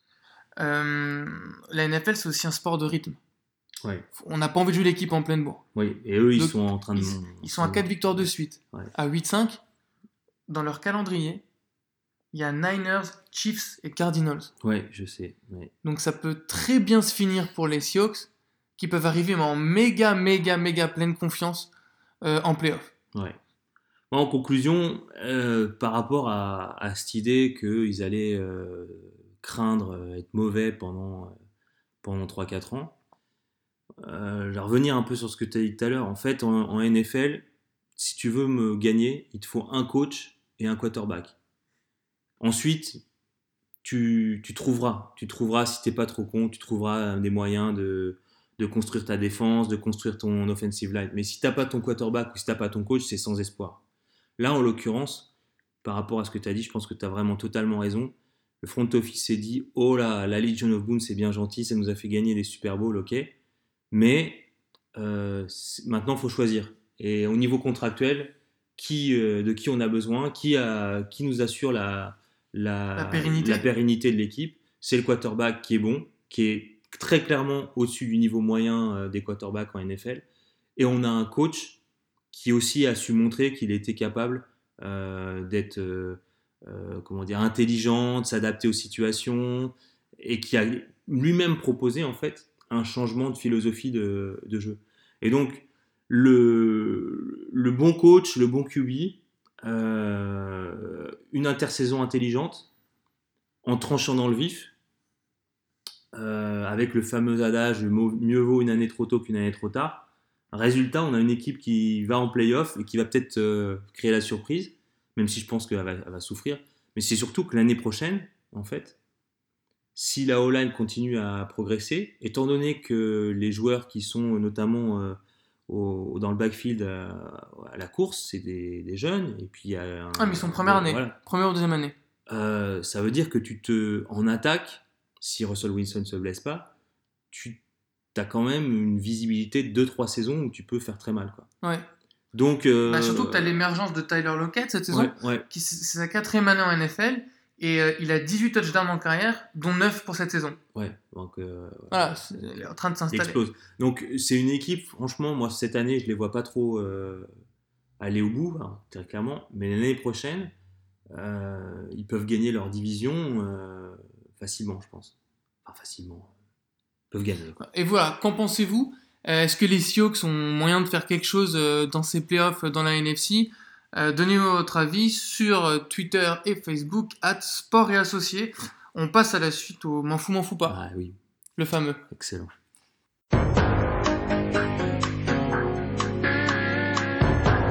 euh, la N F L, c'est aussi un sport de rythme. ouais, On n'a pas envie de jouer l'équipe en pleine bourre. oui. Et eux, ils Donc, sont en train de. Ils, ils sont à quatre victoires de suite. Ouais. À huit cinq, dans leur calendrier, il y a Niners, Chiefs et Cardinals. Ouais, je sais. Ouais. Donc ça peut très bien se finir pour les Seahawks, qui peuvent arriver mais en méga, méga, méga pleine confiance euh, en playoff. Ouais. Moi, en conclusion, euh, par rapport à, à cette idée qu'ils allaient euh, craindre euh, être mauvais pendant, euh, pendant trois quatre ans, euh, je vais revenir un peu sur ce que tu as dit tout à l'heure. En fait, en, en N F L, si tu veux me gagner, il te faut un coach et un quarterback. Ensuite, tu, tu trouveras. Tu trouveras, si tu n'es pas trop con, tu trouveras des moyens de, de construire ta défense, de construire ton offensive line. Mais si tu n'as pas ton quarterback ou si tu n'as pas ton coach, c'est sans espoir. Là, en l'occurrence, par rapport à ce que tu as dit, je pense que tu as vraiment totalement raison. Le front office s'est dit « Oh là, la Legion of Boom, c'est bien gentil, ça nous a fait gagner des Super Bowls, ok. Mais euh, maintenant, il faut choisir. Et au niveau contractuel, qui, euh, de qui on a besoin, qui, a, qui nous assure la, la, La pérennité. la pérennité de l'équipe. C'est le quarterback qui est bon, qui est très clairement au-dessus du niveau moyen euh, des quarterbacks en N F L. Et on a un coach qui aussi a su montrer qu'il était capable euh, d'être euh, euh, comment dire, intelligent, de s'adapter aux situations, et qui a lui-même proposé en fait un changement de philosophie de, de jeu. Et donc, le, le bon coach, le bon Q B, euh, une intersaison intelligente, en tranchant dans le vif, euh, avec le fameux adage « mieux vaut une année trop tôt qu'une année trop tard ». Résultat, on a une équipe qui va en play-off et qui va peut-être euh, créer la surprise, même si je pense qu'elle va, elle va souffrir. Mais c'est surtout que l'année prochaine, en fait, si la O-line continue à progresser, étant donné que les joueurs qui sont notamment euh, au, dans le backfield à, à la course, c'est des, des jeunes, et puis il y a un, Ah, mais ils sont première année, voilà. première ou deuxième année. Euh, ça veut dire que tu te, en attaque, si Russell Wilson ne se blesse pas, tu as quand même une visibilité de deux trois saisons où tu peux faire très mal, quoi. Ouais. Donc, euh, Bah, surtout que tu as l'émergence de Tyler Lockett cette saison, ouais, ouais. qui c'est sa quatrième année en N F L, et euh, il a dix-huit touchdowns en carrière, dont neuf pour cette saison. Ouais, donc euh, Voilà, c'est, il est en train de il s'installer. explose. Donc c'est une équipe, franchement, moi cette année, je les vois pas trop euh, aller au bout, hein, très clairement. Mais l'année prochaine, euh, ils peuvent gagner leur division euh, facilement, je pense. Enfin facilement, ils peuvent gagner, quoi. Et voilà, qu'en pensez-vous ? Euh, Est-ce que les Seahawks ont moyen de faire quelque chose euh, dans ces playoffs euh, dans la N F C ? euh, Donnez-nous votre avis sur euh, Twitter et Facebook, at Sport et Associés. On passe à la suite au M'en fous, m'en fous pas, Ah oui, le fameux. excellent.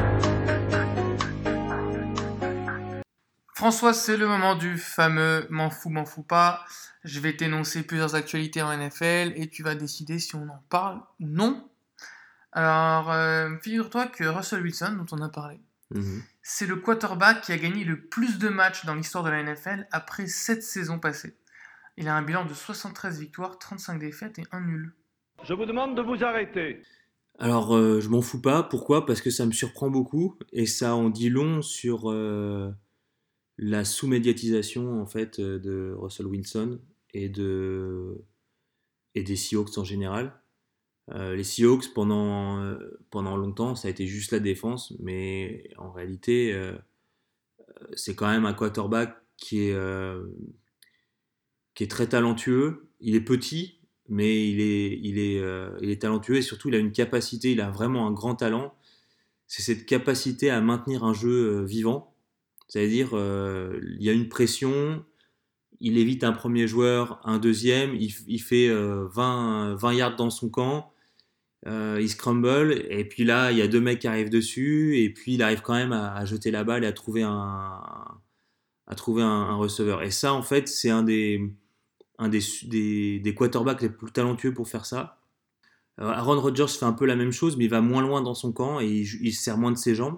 François, c'est le moment du fameux m'en fous, m'en fous pas. Je vais t'énoncer plusieurs actualités en N F L et tu vas décider si on en parle ou non. Alors, euh, figure-toi que Russell Wilson, dont on a parlé, Mmh. c'est le quarterback qui a gagné le plus de matchs dans l'histoire de la N F L après sept saisons passées. Il a un bilan de soixante-treize victoires, trente-cinq défaites et un nul. Je vous demande de vous arrêter. Alors, euh, je m'en fous pas. Pourquoi ? Parce que ça me surprend beaucoup et ça en dit long sur euh, la sous-médiatisation en fait euh, de Russell Wilson et de et des Seahawks en général. Euh, les Seahawks pendant euh, pendant longtemps, ça a été juste la défense, mais en réalité, euh, c'est quand même un quarterback qui est euh, qui est très talentueux. Il est petit, mais il est, il est, euh, il est talentueux et surtout il a une capacité, il a vraiment un grand talent. C'est cette capacité à maintenir un jeu euh, vivant. C'est-à-dire, euh, il y a une pression, il évite un premier joueur, un deuxième, il, il fait euh, vingt, vingt yards dans son camp, euh, il scramble, et puis là, il y a deux mecs qui arrivent dessus, et puis il arrive quand même à, à jeter la balle et à trouver un, à trouver un, un receveur. Et ça, en fait, c'est un des un des, des, des quarterbacks les plus talentueux pour faire ça. Euh, Aaron Rodgers fait un peu la même chose, mais il va moins loin dans son camp et il, il sert moins de ses jambes.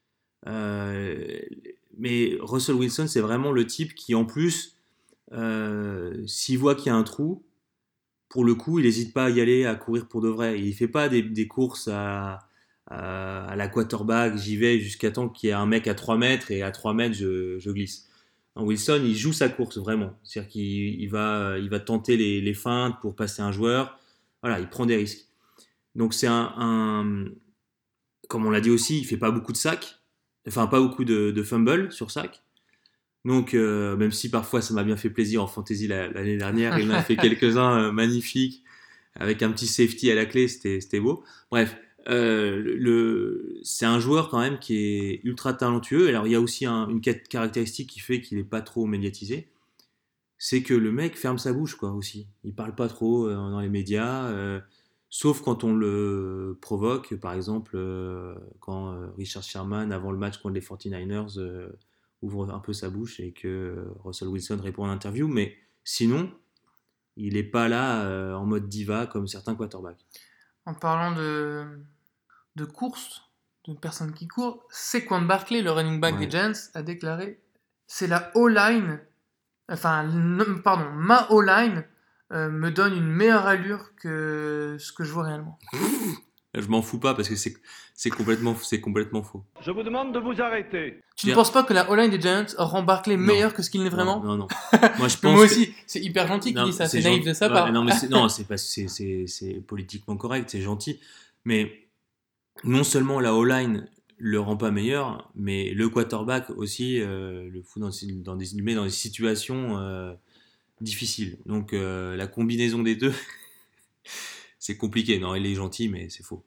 Euh, mais Russell Wilson, c'est vraiment le type qui, en plus, euh, s'il voit qu'il y a un trou, pour le coup, il n'hésite pas à y aller, à courir pour de vrai. Il ne fait pas des, des courses à, à, à la quarterback, j'y vais jusqu'à temps qu'il y ait un mec à trois mètres et à trois mètres, je, je glisse. Wilson, il joue sa course vraiment. C'est-à-dire qu'il il va, il va tenter les, les feintes pour passer un joueur. Voilà, il prend des risques. Donc c'est un, un comme on l'a dit aussi, il fait pas beaucoup de sacs, enfin pas beaucoup de, de fumbles sur sac. Donc euh, même si parfois ça m'a bien fait plaisir en fantasy la, l'année dernière, il en a fait quelques-uns euh, magnifiques avec un petit safety à la clé, c'était, c'était beau. Bref. Euh, le, c'est un joueur quand même qui est ultra talentueux. Alors il y a aussi un, une caractéristique qui fait qu'il n'est pas trop médiatisé, c'est que le mec ferme sa bouche quoi aussi. Il parle pas trop euh, dans les médias, euh, sauf quand on le provoque. Par exemple, euh, quand euh, Richard Sherman avant le match contre les forty-niners euh, ouvre un peu sa bouche et que Russell Wilson répond en interview, mais sinon il n'est pas là euh, en mode diva comme certains quarterbacks. En parlant de, de course, de personnes qui courent, Saquon Barkley, le running back Ouais. des Giants, a déclaré « C'est la O-line, enfin, non, pardon, ma O-line euh, me donne une meilleure allure que ce que je vois réellement. » Je m'en fous pas parce que c'est, c'est, complètement, c'est complètement faux. Je vous demande de vous arrêter. Tu ne penses pas que la O-line des Giants rend Barkley Non. meilleur que ce qu'il n'est vraiment ? Non, non, non. Moi, je pense Moi que- aussi, c'est hyper gentil qu'il Non, dise ça, c'est, naïf gentil. de sa Ouais, part. non, mais c'est, non, c'est, pas, c'est, c'est, c'est politiquement correct, c'est gentil. Mais non seulement la O-line le rend pas meilleur, mais le quarterback aussi euh, le fout dans, dans des, le met dans des situations euh, difficiles. Donc euh, la combinaison des deux, c'est compliqué. Non, il est gentil, mais c'est faux.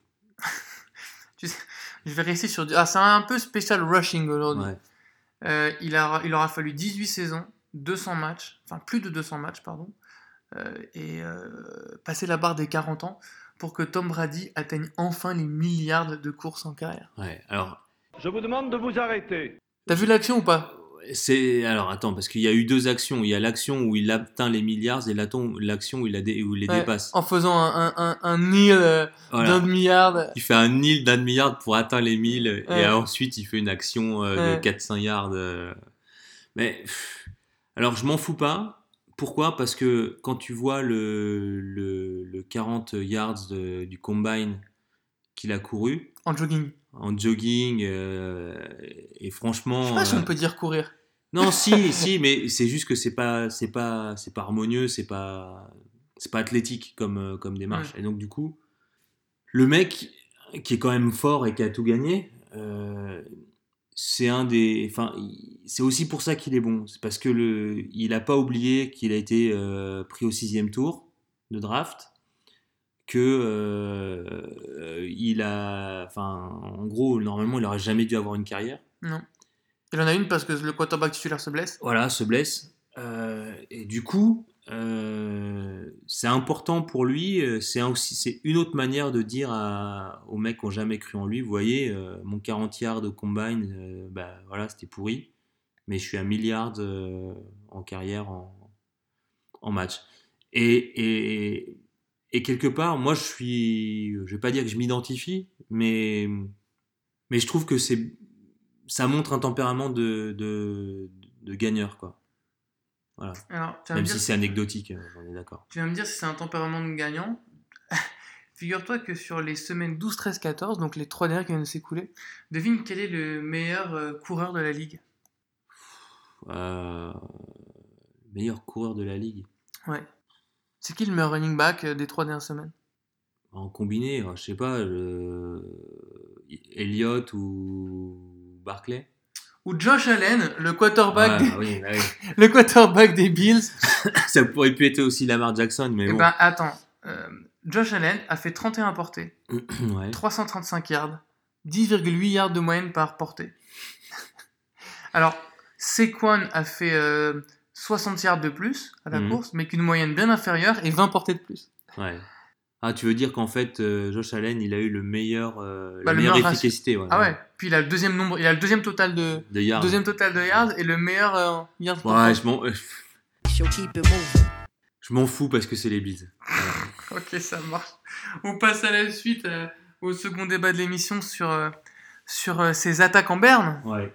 Tu sais, je vais rester sur... du- Ah, c'est un peu spécial rushing aujourd'hui. Ouais. Euh, il, a, il aura fallu dix-huit saisons, deux cents matchs, enfin plus de deux cents matchs, pardon, euh, et euh, passer la barre des quarante ans pour que Tom Brady atteigne enfin les milliards de courses en carrière. Ouais. Alors, Je vous demande de vous arrêter. T'as vu l'action ou pas ? c'est alors attends parce qu'il y a eu deux actions. Il y a l'action où il atteint les milliards et l'action l'action où il, a dé, où il les Ouais, dépasse. en faisant un, un, un, un kneel euh, Voilà. d'un demi-yard. Il fait un kneel d'un demi-yard pour atteindre les mille Ouais. et ensuite il fait une action euh, Ouais. de quatre cents yards. euh. Mais pff, alors je m'en fous pas. Pourquoi ? Parce que quand tu vois le, le, le quarante yards de- du combine qu'il a couru En jogging. en jogging euh, et franchement. Je sais pas si euh, on peut dire courir. Non, si, si, mais c'est juste que c'est pas, c'est pas, c'est pas harmonieux, c'est pas, c'est pas athlétique comme, euh, comme démarche. Mm. Et donc du coup, le mec qui est quand même fort et qui a tout gagné, euh, c'est un des, enfin, il- c'est aussi pour ça qu'il est bon. C'est parce que le, il a pas oublié qu'il a été euh, pris au sixième tour de draft, que euh, il a, enfin, en gros, normalement, il aurait jamais dû avoir une carrière. Non. Il en a une parce que le quarterback titulaire se blesse. Voilà, se blesse. Euh, et du coup, euh, c'est important pour lui. euh, C'est, un aussi, c'est une autre manière de dire à, aux mecs qui n'ont jamais cru en lui, vous voyez, euh, mon quarante yards de combine, euh, bah, voilà, c'était pourri. mais je suis à milliards euh, en carrière, en, en match. Et, et, et quelque part, moi, je suis, je vais pas dire que je m'identifie, mais, mais je trouve que c'est, ça montre un tempérament de, de, de gagneur, quoi. Voilà. Alors, tu vas me Même dire si c'est anecdotique, euh, on est d'accord. Tu vas me dire si c'est un tempérament de gagnant. Figure-toi que sur les semaines douze, treize, quatorze, donc les trois dernières qui viennent de s'écouler, devine quel est le meilleur euh, coureur de la ligue. Euh, meilleur coureur de la ligue. Ouais. C'est qui le meilleur running back euh, des trois dernières semaines? En combiné, euh, je sais pas, euh, Elliott ou Barclay. Ou Josh Allen, le quarterback, Ouais, des... bah oui, bah oui. le quarterback des Bills. Ça pourrait pu être aussi Lamar Jackson, mais Eh bon. ben, attends. Euh, Josh Allen a fait trente et un portées, Ouais. trois cent trente-cinq yards, dix virgule huit yards de moyenne par portée. Alors, Saquon a fait euh, soixante yards de plus à la Mhm. course, mais qu'une moyenne bien inférieure et vingt portées de plus. Ouais. Ah, tu veux dire qu'en fait, euh, Josh Allen, il a eu le meilleur, euh, Bah, la le meilleure meilleur efficacité. Ouais, Ah ouais. Puis il a le deuxième nombre, il a le deuxième total de, De yards. deuxième total de yards et le meilleur euh, yards par Ouais, portée. je m'en, euh, She'll keep it moving. je m'en fous parce que c'est les Bills. Ok, ça marche. On passe à la suite, euh, au second débat de l'émission sur, euh, sur euh, ces attaques en berne. Ouais.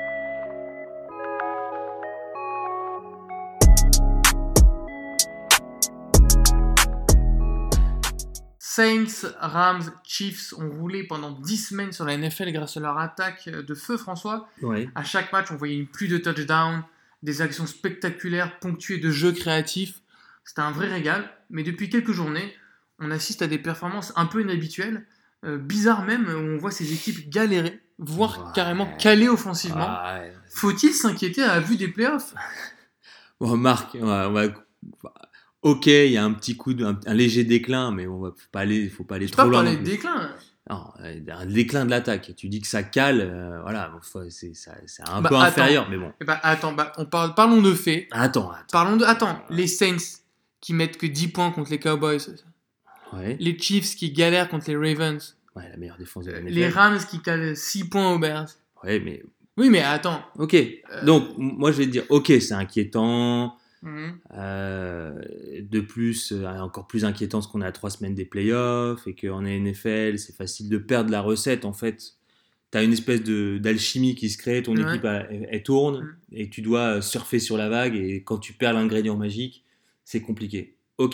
Saints, Rams, Chiefs ont roulé pendant dix semaines sur la N F L grâce à leur attaque de feu, François. Ouais. À chaque match, on voyait une pluie de touchdowns, des actions spectaculaires ponctuées de jeux créatifs. C'était un vrai régal. Mais depuis quelques journées, on assiste à des performances un peu inhabituelles, euh, bizarres même, où on voit ces équipes galérer, voire Ouais. carrément caler offensivement. Ah, ouais. Faut-il s'inquiéter à la vue des playoffs? Bon, Marc, on va, on va- ok, il y a un petit coup, de, un, un léger déclin, mais on va faut pas aller, faut pas aller Je trop pas loin. parler non de plus. déclin. Non, euh, un déclin de l'attaque. Tu dis que ça cale, euh, voilà, bon, faut- c'est, ça- c'est un Bah, peu attends. inférieur, mais bon. Eh ben, attends, bah, on parle, parlons de faits. Attends, attends. Parlons de. Attends, les Saints qui mettent que dix points contre les Cowboys. Ouais. Les Chiefs qui galèrent contre les Ravens. Ouais, la meilleure défense de la N F L. Les Rams qui calent six points aux Bears. Ouais, mais Oui, mais attends. ok. Donc, m- moi, je vais te dire, ok, c'est inquiétant. Mhm. Euh, de plus, euh, encore plus inquiétant ce qu'on est à trois semaines des playoffs et qu'en N F L, c'est facile de perdre la recette. En fait, tu as une espèce de, d'alchimie qui se crée, ton Ouais. équipe, elle, elle tourne Mhm. et tu dois surfer sur la vague. Et quand tu perds l'ingrédient magique, c'est compliqué. Ok.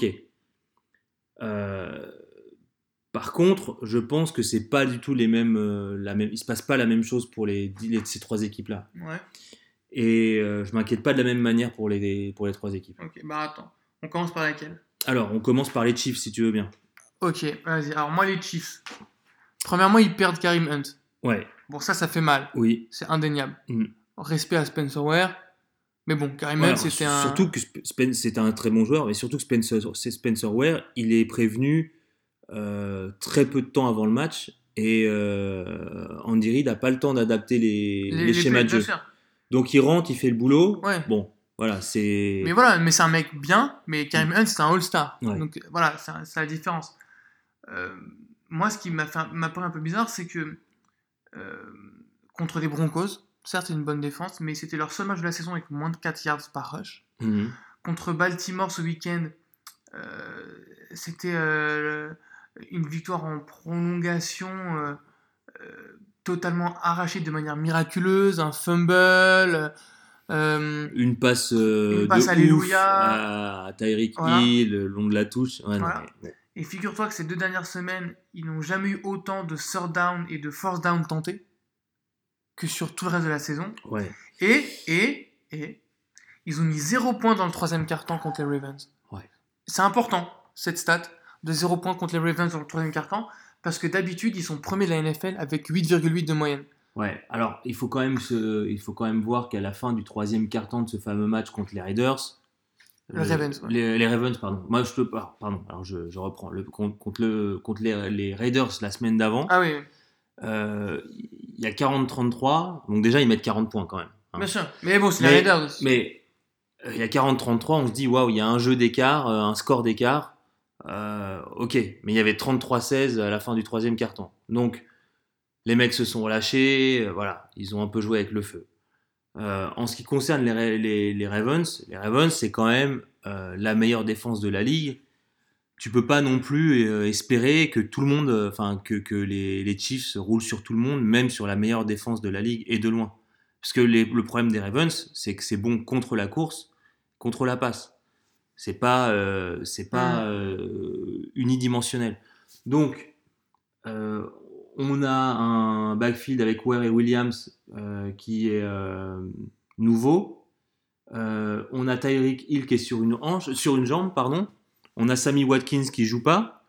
Euh, par contre, je pense que c'est pas du tout les mêmes, euh, la même, il se passe pas la même chose pour les, les- ces trois équipes-là. Ouais, Et euh, je m'inquiète pas de la même manière pour les, pour les trois équipes. ok. Bah attends. On commence par laquelle? Alors, on commence par les Chiefs, si tu veux bien. Ok, vas-y. Alors, moi, les Chiefs. Premièrement, ils perdent Kareem Hunt. Ouais, Bon, ça, ça fait mal. oui. C'est indéniable. Mhm. Respect à Spencer Ware. Mais bon, Kareem Voilà, Hunt, c'était s- un. Surtout que Sp- Spen- c'est un très bon joueur, mais surtout que Spencer, c'est Spencer Ware, il est prévenu euh, très peu de temps avant le match et euh, Andy Reid n'a pas le temps d'adapter les, les, schémas de bien jeu. sûr. Donc il rentre, il fait le boulot. Ouais. Bon, voilà, c'est. Mais voilà, mais c'est un mec bien, mais Kareem Hunt, c'est un All-Star. Ouais. Donc voilà, c'est un- c'est la différence. Euh, moi, ce qui m'a fait m'a paru un peu bizarre, c'est que euh, contre les Broncos, certes, c'est une bonne défense, mais c'était leur seul match de la saison avec moins de quatre yards par rush. Mhm. Contre Baltimore ce week-end, euh, c'était euh, une victoire en prolongation euh, euh, totalement arrachée de manière miraculeuse, un fumble. euh, Une passe, euh, Une passe de alléluia. ouf à Tyreek Voilà. Hill, le long de la touche. Ouais, non, Voilà. mais- Et figure-toi que ces deux dernières semaines, ils n'ont jamais eu autant de third down et de fourth down tentés que sur tout le reste de la saison. ouais. Et, et, et, ils ont mis zéro point dans le troisième quart-temps contre les Ravens. Ouais. C'est important, cette stat, de zéro point contre les Ravens dans le troisième quart-temps, parce que d'habitude, ils sont premiers de la N F L avec huit virgule huit de moyenne. Ouais, alors il faut quand même se, il faut quand même voir qu'à la fin du troisième quart-temps de ce fameux match contre les Raiders, Les Ravens, ouais. les, les Ravens, pardon. Moi je te, ah, pardon. Alors je, je reprends le contre, contre le contre les, les Raiders la semaine d'avant. Ah oui, euh, Il y a quarante trente-trois, donc déjà ils mettent quarante points quand même. hein. bien sûr. Mais bon, c'est Mais- les Raiders aussi. Mais euh, il y a quarante trente-trois, on se dit waouh, il y a un jeu d'écart, euh, un score d'écart. Euh, ok, mais il y avait trente-trois seize à la fin du troisième quart-temps. Donc les mecs se sont relâchés, euh, voilà, ils ont un peu joué avec le feu. Euh, en ce qui concerne les, les, les Ravens, les Ravens, c'est quand même euh, la meilleure défense de la ligue. Tu peux pas non plus euh, espérer que tout le monde, enfin que, que les, les Chiefs roulent sur tout le monde, même sur la meilleure défense de la ligue et de loin. Parce que les, le problème des Ravens, c'est que c'est bon contre la course, contre la passe. C'est pas, euh, c'est pas euh, unidimensionnel. Donc, euh, on a un backfield avec Ware et Williams euh, qui est euh, nouveau. Euh, on a Tyreek Hill qui est sur une hanche, sur une jambe, pardon. On a Sammy Watkins qui joue pas.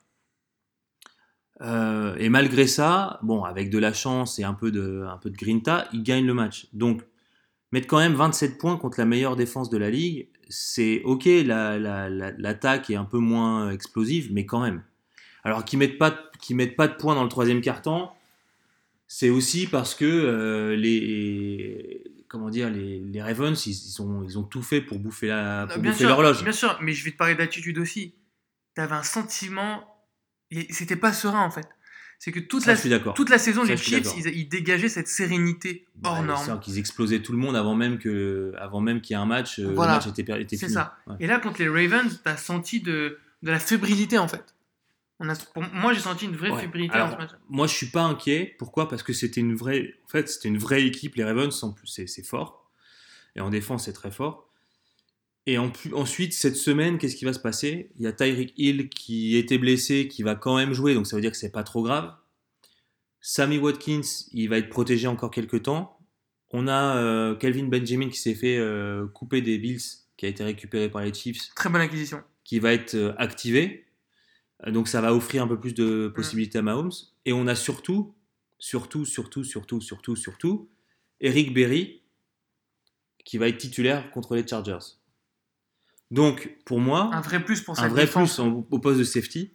Euh, et malgré ça, bon, avec de la chance et un peu de, un peu de grinta, il gagne le match. Donc, mettre quand même vingt-sept points contre la meilleure défense de la ligue, c'est ok, la, la, la, l'attaque est un peu moins explosive, mais quand même. Alors qu'ils mettent pas, qu'ils mettent pas de points dans le troisième quart-temps, c'est aussi parce que euh, les, comment dire, les, les Ravens, ils, ils, ont, ils ont tout fait pour bouffer, la, pour bien bouffer sûr, l'horloge. Bien sûr, mais je vais te parler d'attitude aussi. T'avais un sentiment, c'était pas serein en fait. C'est que toute, Ça, la, je suis d'accord. toute la saison, Ça, les je suis Chiefs, d'accord. ils, ils dégageaient cette sérénité hors Ouais, norme. c'est qu'ils explosaient tout le monde avant même, que, avant même qu'il y ait un match. euh, Voilà. Le match était, était C'est fini. ça. Ouais. Et là, contre les Ravens, t'as senti de, de la fébrilité en fait. On a, pour moi, j'ai senti une vraie Ouais. fébrilité Alors, dans ce match. moi, je suis pas inquiet. Pourquoi ? Parce que c'était une vraie, en fait, c'était une vraie équipe. Les Ravens, en plus, c'est, c'est fort. Et en défense, c'est très fort. Et en plus, ensuite, cette semaine, qu'est-ce qui va se passer ? Il y a Tyreek Hill qui était blessé, qui va quand même jouer, donc ça veut dire que c'est pas trop grave. Sammy Watkins, il va être protégé encore quelques temps. On a euh, Kelvin Benjamin qui s'est fait euh, couper des Bills, qui a été récupéré par les Chiefs, Très bonne acquisition. qui va être euh, activé. Euh, donc ça va offrir un peu plus de possibilités à Mahomes. Et on a surtout, surtout, surtout, surtout, surtout, surtout, Eric Berry, qui va être titulaire contre les Chargers. Donc, pour moi, Un vrai plus pour cette un vrai défense. plus en- au poste de safety,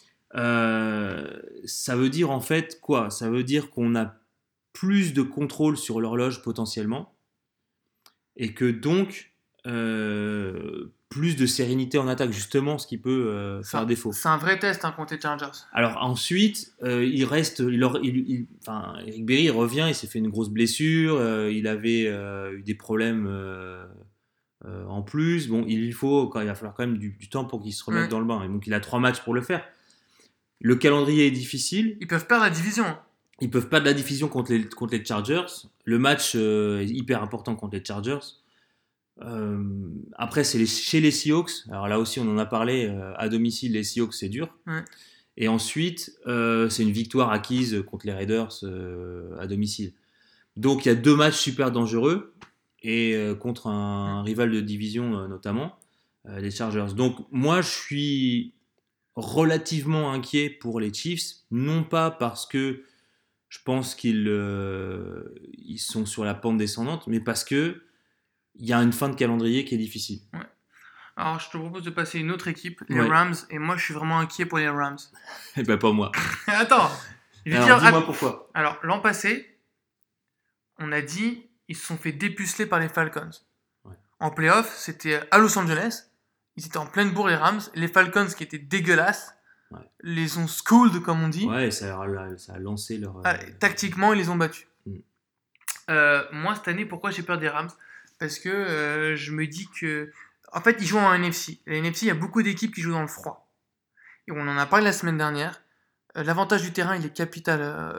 euh, ça veut dire en fait quoi ? Ça veut dire qu'on a plus de contrôle sur l'horloge potentiellement et que donc euh, plus de sérénité en attaque, justement, ce qui peut euh, faire Ça- défaut. C'est un vrai test hein, contre les Chargers. Alors ensuite, euh, il reste, il, leur- il- il- enfin, Eric Berry il revient, il s'est fait une grosse blessure, euh, il avait euh, eu des problèmes euh, euh, en plus. Bon, il faut, quand il va falloir quand même du, du temps pour qu'il se remette Ouais. dans le bain. Et donc il a trois matchs pour le faire. Le calendrier est difficile. Ils peuvent perdre la division. Ils peuvent perdre la division contre les, contre les Chargers. Le match euh, est hyper important contre les Chargers. Euh, après, c'est les, chez les Seahawks. Alors là aussi, on en a parlé. Euh, à domicile, les Seahawks, c'est dur. Ouais. Et ensuite, euh, c'est une victoire acquise contre les Raiders euh, à domicile. Donc, il y a deux matchs super dangereux et euh, contre un, un rival de division euh, notamment, euh, les Chargers. Donc, moi, je suis relativement inquiet pour les Chiefs, non pas parce que je pense qu'ils euh, ils sont sur la pente descendante, mais parce que il y a une fin de calendrier qui est difficile. Alors, je te propose de passer à une autre équipe, les Ouais. Rams. Et moi, je suis vraiment inquiet pour les Rams. Et ben pas moi. Attends. Je vais Alors dire- dis-moi pourquoi. Alors, l'an passé, on a dit ils se sont fait dépuceler par les Falcons. Ouais. En playoff, c'était à Los Angeles. Ils étaient en pleine bourre, les Rams. Les Falcons, qui étaient dégueulasses, Ouais. les ont schooled, comme on dit. Ouais, ça a, ça a lancé leur. Ah, euh, tactiquement, ils les ont battus. Mm. Euh, moi, cette année, pourquoi j'ai peur des Rams ? Parce que euh, je me dis que... En fait, ils jouent en N F C. La N F C, il y a beaucoup d'équipes qui jouent dans le froid. Et on en a parlé la semaine dernière. Euh, l'avantage du terrain, il est capital euh,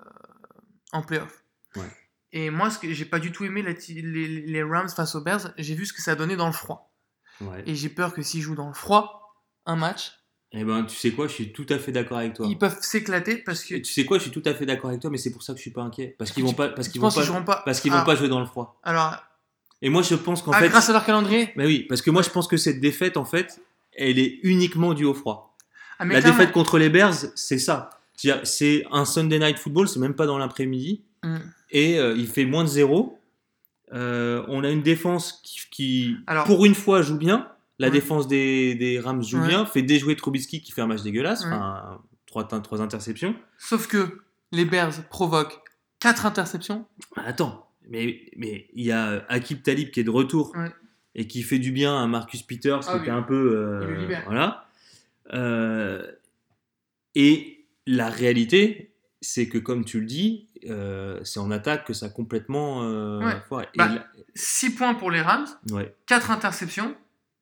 en playoff. Ouais. Et moi, ce que j'ai pas du tout aimé la ti- les, les Rams face aux Bears, j'ai vu ce que ça a donné dans le froid. Ouais. Et j'ai peur que s'ils jouent dans le froid, un match, Eh ben, tu sais quoi, je suis tout à fait d'accord avec toi. ils peuvent s'éclater parce que... Et tu sais quoi, je suis tout à fait d'accord avec toi, mais c'est pour ça que je suis pas inquiet, parce qu'ils vont Tu- pas, parce tu qu'ils vont penses pas, qu'ils joueront pas parce qu'ils Ah. vont pas jouer dans le froid. Alors, Et moi, je pense qu'en ah, fait, grâce à leur calendrier bah oui, parce que moi, je pense que cette défaite, en fait, elle est uniquement due au froid. ah, mais La clairement. défaite contre les Bears, c'est ça. C'est-à-dire, c'est un Sunday Night Football, c'est même pas dans l'après-midi, Mm. et euh, il fait moins de zéro. Euh, on a une défense qui, qui, Alors- pour une fois, joue bien. La Ouais. défense des, des Rams joue Ouais. bien, fait déjouer Trubisky qui fait un match dégueulasse, Ouais. enfin, trois, trois interceptions. Sauf que les Bears provoquent quatre interceptions. Attends, mais mais il y a Aqib Talib qui est de retour Ouais. et qui fait du bien à Marcus Peters, Ah qui oui. était un peu euh, Il le libère. voilà. Euh, et la réalité, c'est que, comme tu le dis, euh, c'est en attaque que ça a complètement euh, Ouais. foiré. Et Bah, là- six points pour les Rams, ouais. quatre interceptions.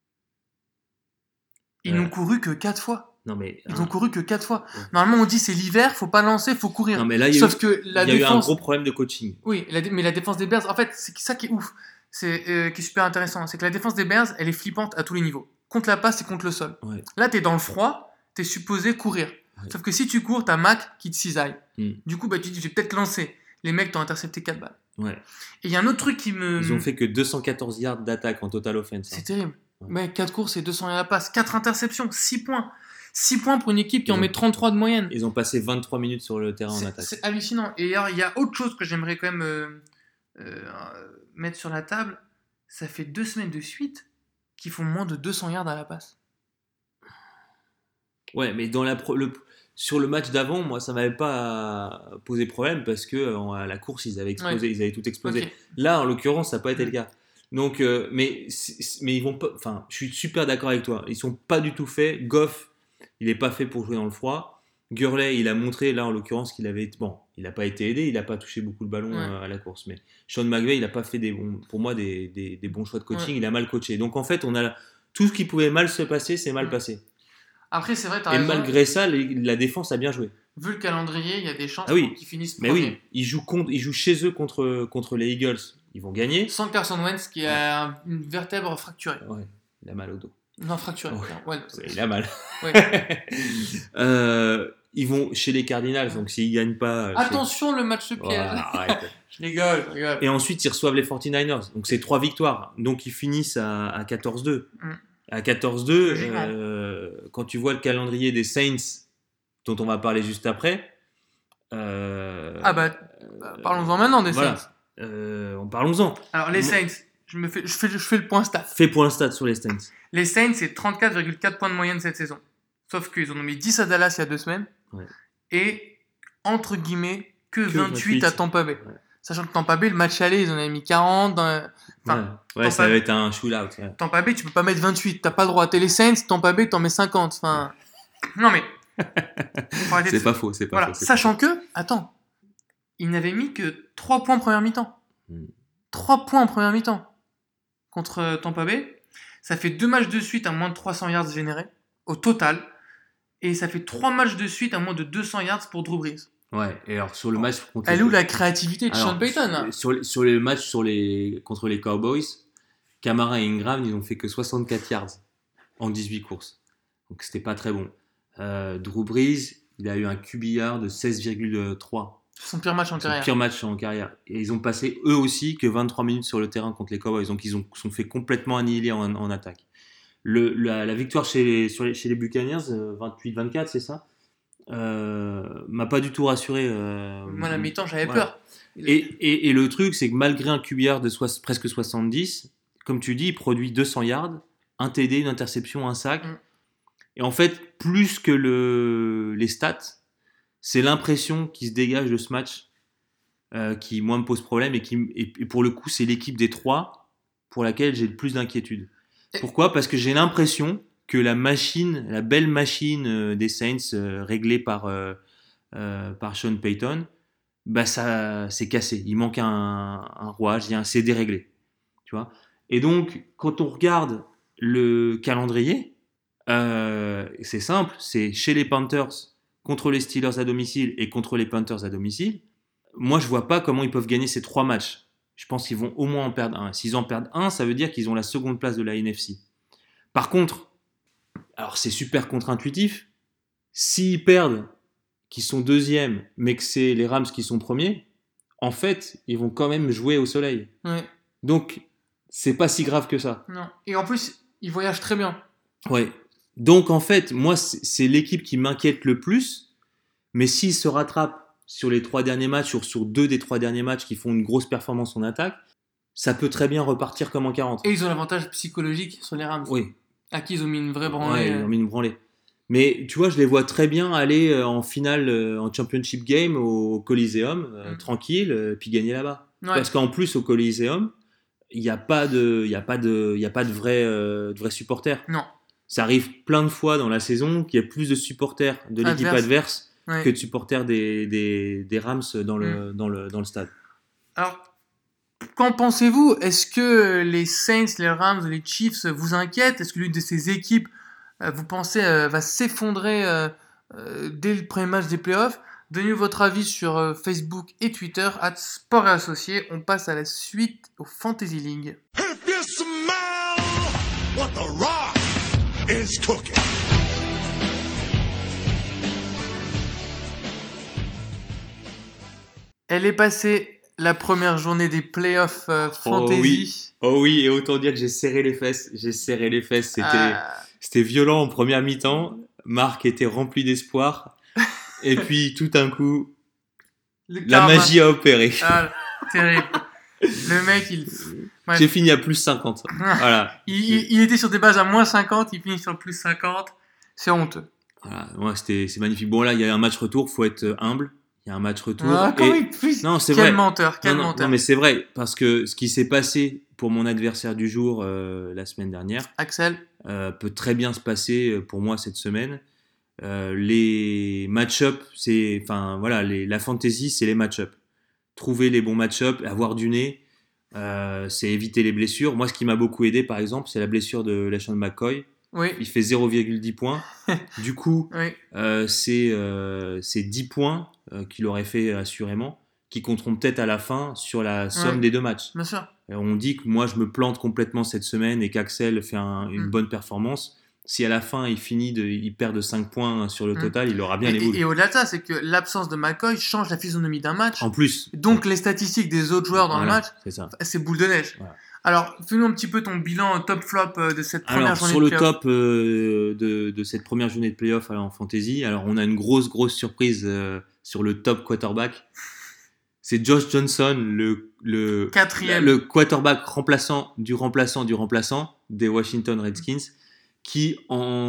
Ils Euh, n'ont couru que quatre fois. Non, mais, Ils hein, n'ont couru que quatre fois. Ouais. Normalement, on dit c'est l'hiver, faut pas lancer, faut courir. non, mais là, il y a, Sauf eu, que la il y a eu un défense. gros problème de coaching. Oui, la dé- mais la défense des Bears, en fait, c'est ça qui est ouf. C'est euh, qui est super intéressant. C'est que la défense des Bears, elle est flippante à tous les niveaux. Contre la passe et contre le sol. Ouais. Là, t'es dans le froid, t'es supposé courir. Ouais. Sauf que si tu cours, t'as Mac qui te cisaille. Mm. Du coup, bah, tu te dis, je vais peut-être lancer. Les mecs t'ont intercepté quatre balles. Ouais. Et il y a un autre truc qui me. Ils ont fait que deux cent quatorze yards d'attaque en total offense. C'est hein. terrible. Ouais. Mais quatre courses et deux cents à la passe. quatre interceptions, six points. six points pour une équipe qui Ils en ont- met trente-trois de moyenne. Ils ont passé vingt-trois minutes sur le terrain en C'est- attaque. C'est hallucinant. Et alors, il y a autre chose que j'aimerais quand même euh, euh, mettre sur la table. Ça fait deux semaines de suite qu'ils font moins de deux cents yards à la passe. Ouais, mais dans la pro- le, sur le match d'avant, moi, ça m'avait pas posé problème parce que en- à la course, ils avaient explosé, Ouais. ils avaient tout explosé. Ok. Là, en l'occurrence, ça n'a pas été Mm. le cas. Donc, euh, mais, c'est- mais ils vont pas. Enfin, je suis super d'accord avec toi. Ils sont pas du tout faits. Goff, il est pas fait pour jouer dans le froid. Gurley, il a montré là en l'occurrence qu'il avait été- bon, il n'a pas été aidé, il n'a pas touché beaucoup de ballons Ouais. euh, à la course. Mais Sean McVay, il n'a pas fait des bons, pour moi des, des, des bons choix de coaching. Ouais. Il a mal coaché. Donc en fait, on a tout ce qui pouvait mal se passer, c'est mal Mm. passé. Après, c'est vrai, t'as Et raison. malgré ça, les- la défense a bien joué. Vu le calendrier, il y a des chances Ah oui. pour qu'ils finissent Mais premier. oui, ils jouent, contre, ils jouent chez eux contre, contre les Eagles. Ils vont gagner. Sans Carson Wentz qui a un- une vertèbre fracturée. Ouais, il a mal au dos. Non, fracturée. Ouais. Ouais. Il a mal. Ouais. Euh, ils vont chez les Cardinals, donc s'ils gagnent pas. euh, c'est- Attention, le match de piège. Voilà, arrête. Je rigole, je rigole. Et ensuite, ils reçoivent les forty-niners. Donc c'est trois victoires. Donc ils finissent à, à quatorze deux. Mm. À quatorze deux, Logiquement. euh, quand tu vois le calendrier des Saints, dont on va parler juste après. euh, Ah bah, bah, parlons-en maintenant des voilà. Saints. Euh, parlons-en. Alors, les Moi- Saints, je, me fais, je, fais, je fais le point stat. Fais pour l'instant sur les Saints. Les Saints, c'est trente-quatre virgule quatre points de moyenne cette saison. Sauf qu'ils en ont mis dix à Dallas il y a deux semaines. Ouais. Et, entre guillemets, que, Que vingt-huit à Tampa Bay. Ouais. Sachant que Tampa Bay, le match aller, ils en avaient mis quarante. Dans... Enfin, ouais, ouais ça Tampa- va être un shootout. Ouais. Tampa Bay, tu peux pas mettre vingt-huit. T'as pas le droit. T'es les Saints, Tampa Bay, t'en mets cinquante. Enfin... Non mais... Faut arrêter de- C'est pas faux, c'est pas Voilà. faux. c'est Sachant que, attends, ils n'avaient mis que trois points en première mi-temps. Hmm. trois points en première mi-temps contre euh, Tampa Bay. Ça fait deux matchs de suite à moins de trois cents yards générés au total. Et ça fait trois matchs de suite à moins de deux cents yards pour Drew Brees. Ouais, et alors sur le match contre Elle les- est où la créativité de Alors, Sean Payton hein sur, les- sur les matchs sur les, contre les Cowboys, Kamara et Ingram, ils ont fait que soixante-quatre yards en dix-huit courses. Donc c'était pas très bon. Euh, Drew Brees, il a eu un Q B R de seize virgule trois. C'est son pire match en Son carrière. pire match en carrière. Et ils ont passé eux aussi que vingt-trois minutes sur le terrain contre les Cowboys. Donc ils ont sont fait complètement annihiler en, en attaque. Le, la, la victoire chez les, sur les, chez les Buccaneers, euh, vingt-huit vingt-quatre, c'est ça euh, m'a pas du tout rassuré. Euh, Moi, à la mi-temps, j'avais voilà. peur. Et, et, et le truc, c'est que malgré un Q B R de soix- presque soixante-dix, comme tu dis, il produit deux cents yards, un T D, une interception, un sac. Mm. Et en fait, plus que le, les stats, c'est l'impression qui se dégage de ce match euh, qui, moi, me pose problème. Et, qui, et, et pour le coup, c'est l'équipe des trois pour laquelle j'ai le plus d'inquiétude. Et- Pourquoi ? Parce que j'ai l'impression que la machine, la belle machine euh, des Saints, euh, réglée par, euh, euh, par Sean Payton, bah ça c'est cassé. Il manque un, un rouage, il y a un c'est déréglé, tu vois. Et donc quand on regarde le calendrier, euh, c'est simple, c'est chez les Panthers contre les Steelers à domicile et contre les Panthers à domicile. Moi je vois pas comment ils peuvent gagner ces trois matchs. Je pense qu'ils vont au moins en perdre un. S'ils en perdent un, ça veut dire qu'ils ont la seconde place de la N F C. Par contre, alors c'est super contre-intuitif. S'ils perdent, qu'ils sont deuxièmes, mais que c'est les Rams qui sont premiers, en fait, ils vont quand même jouer au soleil. Ouais, Donc, c'est pas si grave que ça. non. Et en plus, ils voyagent très bien. Ouais. Donc, en fait, moi, c'est, c'est l'équipe qui m'inquiète le plus. Mais s'ils se rattrapent sur les trois derniers matchs, sur, sur deux des trois derniers matchs qui font une grosse performance en attaque, ça peut très bien repartir comme en quarante. Et ils ont l'avantage psychologique sur les Rams. Oui. À qui ils ont mis une vraie branlée. Ouais, ils ont mis une branlée. Mais tu vois, je les vois très bien aller euh, en finale, euh, en championship game au Coliseum, euh, Mm. tranquille, euh, puis gagner là-bas. Ouais. Parce qu'en plus, au Coliseum, il n'y a pas de, il y a pas de, il y a pas de vrais, euh, de vrais supporters. Non. Ça arrive plein de fois dans la saison qu'il y a plus de supporters de l'équipe Adverse. adverse Ouais. que de supporters des, des, des Rams dans le, Mm. dans le, dans le stade. Alors, qu'en pensez-vous? Est-ce que les Saints, les Rams, les Chiefs vous inquiètent? Est-ce que l'une de ces équipes, euh, vous pensez, euh, va s'effondrer euh, euh, dès le premier match des playoffs? Donnez votre avis sur euh, Facebook et Twitter, at Sport et Associés. On passe à la suite au Fantasy League. If you smell what the rock is cooking. Elle est passée la première journée des playoffs euh, Fantasy. Oh oui. Oh oui, et autant dire que j'ai serré les fesses. J'ai serré les fesses. C'était, Ah, c'était violent en première mi-temps. Marc était rempli d'espoir. Et puis, tout d'un coup, le la karma. magie a opéré. Ah, terrible. Le mec, il... Bref. J'ai fini à plus cinquante. Voilà. il, il, il était sur des bases à moins cinquante, il finit sur le plus cinquante. C'est honteux. Voilà. Ouais, c'était, c'est magnifique. Bon, là, il y a un match retour. Faut être humble. Il y a un match retour. Ah, et... comment il puisse... Non, c'est Quel vrai. menteur, quel non, non, menteur. non, mais c'est vrai. Parce que ce qui s'est passé pour mon adversaire du jour euh, la semaine dernière Axel, euh, peut très bien se passer pour moi cette semaine. Euh, les match-up, c'est, enfin voilà, les, la fantasy, c'est les match-up. Trouver les bons match-up, avoir du nez, euh, c'est éviter les blessures. Moi, ce qui m'a beaucoup aidé, par exemple, c'est la blessure de LeSean McCoy. oui, Il fait zéro virgule dix points. Du coup, oui, euh, c'est, euh, c'est dix points euh, qu'il aurait fait assurément, qui compteront peut-être à la fin sur la somme Ouais. des deux matchs. bien sûr. Et on dit que moi, je me plante complètement cette semaine et qu'Axel fait un, une Mm. bonne performance. Si à la fin, il finit de, il perd de cinq points sur le Mm. total, il aura bien Et, les boules. et, et au-delà de ça, c'est que l'absence de McCoy change la physionomie d'un match. En plus. Donc les statistiques des autres joueurs dans Voilà, le match, c'est ça. c'est boule de neige. Voilà. Alors, fais-nous un petit peu ton bilan top-flop euh, de cette première Alors, journée sur de le playoff. top euh, de, de cette première journée de playoff en fantasy, alors on a une grosse, grosse surprise euh, sur le top quarterback. C'est Josh Johnson, le, le, Quatrième. le quarterback remplaçant du remplaçant du remplaçant des Washington Redskins, qui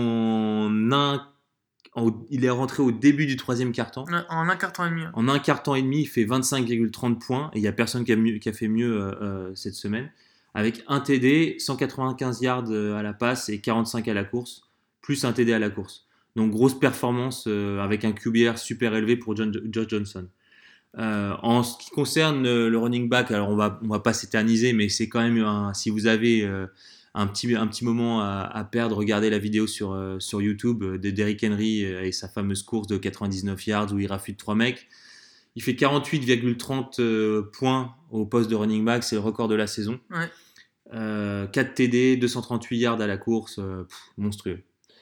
en un, en- il est rentré au début du troisième quart-temps. En un quart-temps et demi. hein. En un quart-temps et demi, il fait vingt-cinq virgule trente points et il n'y a personne qui a, mieux, qui a fait mieux euh, euh, cette semaine. Avec un T D, cent quatre-vingt-quinze yards à la passe et quarante-cinq à la course, plus un T D à la course. Donc grosse performance euh, avec un Q B R super élevé pour John, Josh Johnson. Euh, en ce qui concerne euh, le running back, alors on va, on va pas s'éterniser, mais c'est quand même un, si vous avez euh, un, petit, un petit moment à, à perdre, regardez la vidéo sur, euh, sur YouTube euh, de Derrick Henry euh, et sa fameuse course de quatre-vingt-dix-neuf yards où il rafute trois mecs. Il fait quarante-huit virgule trente euh, points au poste de running back, c'est le record de la saison. Ouais. Euh, quatre T D, deux cent trente-huit yards à la course, euh, pff, monstrueux.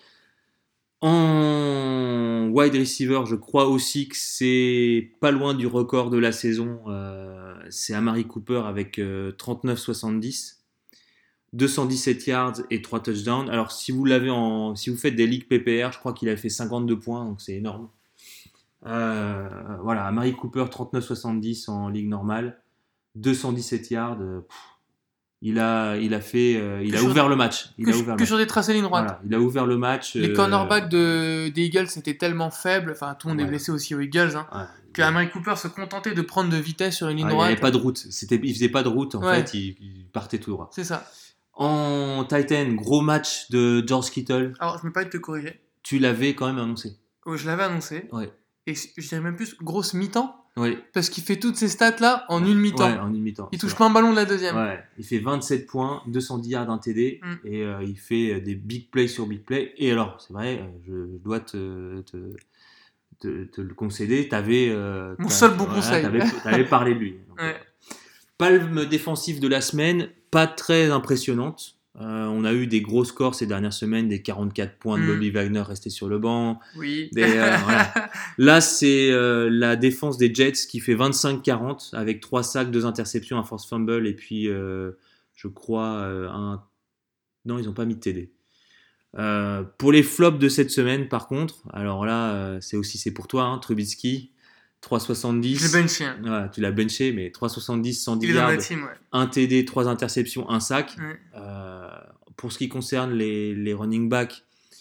En wide receiver, je crois aussi que c'est pas loin du record de la saison. Euh, c'est Amari Cooper avec euh, trente-neuf soixante-dix, deux cent dix-sept yards et trois touchdowns. Alors si vous l'avez en, si vous faites des ligues P P R, je crois qu'il a fait cinquante-deux points, donc c'est énorme. Euh, voilà, Amari Cooper trente-neuf soixante-dix en ligue normale, deux cent dix-sept yards. euh, pff, il a, il a fait, euh, il Que a sur- ouvert le match. Il Que, a sur- ouvert que le sur match. des tracés ligne droite. Voilà, il a ouvert le match. Les euh, cornerbacks de, des Eagles étaient tellement faibles, enfin tout le monde est Ouais. blessé aussi aux Eagles, hein, ouais. que Amari Cooper se contentait de prendre de vitesse sur une ligne Ah, il droite. n'y avait pas de route. C'était, il faisait pas de route. En Ouais. fait, il, il partait tout droit. C'est ça. En Titan, gros match de George Kittle. Alors je me permets de te corriger. Tu l'avais quand même annoncé. Oui, je l'avais annoncé. Ouais. Et je dirais même plus grosse mi-temps, Ouais. parce qu'il fait toutes ces stats-là en une mi-temps. Ouais, en une mi-temps. Il c'est touche vrai. pas un ballon de la deuxième. Ouais. Il fait vingt-sept points, deux cent dix yards, un T D, Mm. et euh, il fait des big plays sur big plays. Et alors, c'est vrai, euh, je, je dois te, te, te, te le concéder. T'avais, euh, Mon t'as- seul bon voilà, conseil. T'avais, t'avais parlé de lui. Donc, Ouais. euh, palme défensive de la semaine, pas très impressionnante. Euh, on a eu des gros scores ces dernières semaines, des quarante-quatre points de Mm. Bobby Wagner resté sur le banc. Oui. Des, euh, voilà. Là, c'est euh, la défense des Jets qui fait vingt-cinq quarante avec trois sacs, deux interceptions, un force fumble et puis, euh, je crois, euh, un... Non, ils n'ont pas mis de T D. Euh, pour les flops de cette semaine, par contre, alors là, euh, c'est aussi c'est pour toi, hein, Trubisky, trois soixante-dix. Je l'ai benché. hein. Voilà, tu l'as benché, mais trois soixante-dix, cent dix Il est dans yards, la team, ouais. un T D, trois interceptions, un sac. Ouais. Euh, pour ce qui concerne les, les running backs,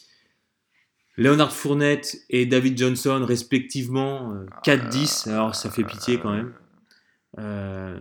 Leonard Fournette et David Johnson, respectivement, euh, quatre dix. Alors, ça fait pitié quand même. Euh,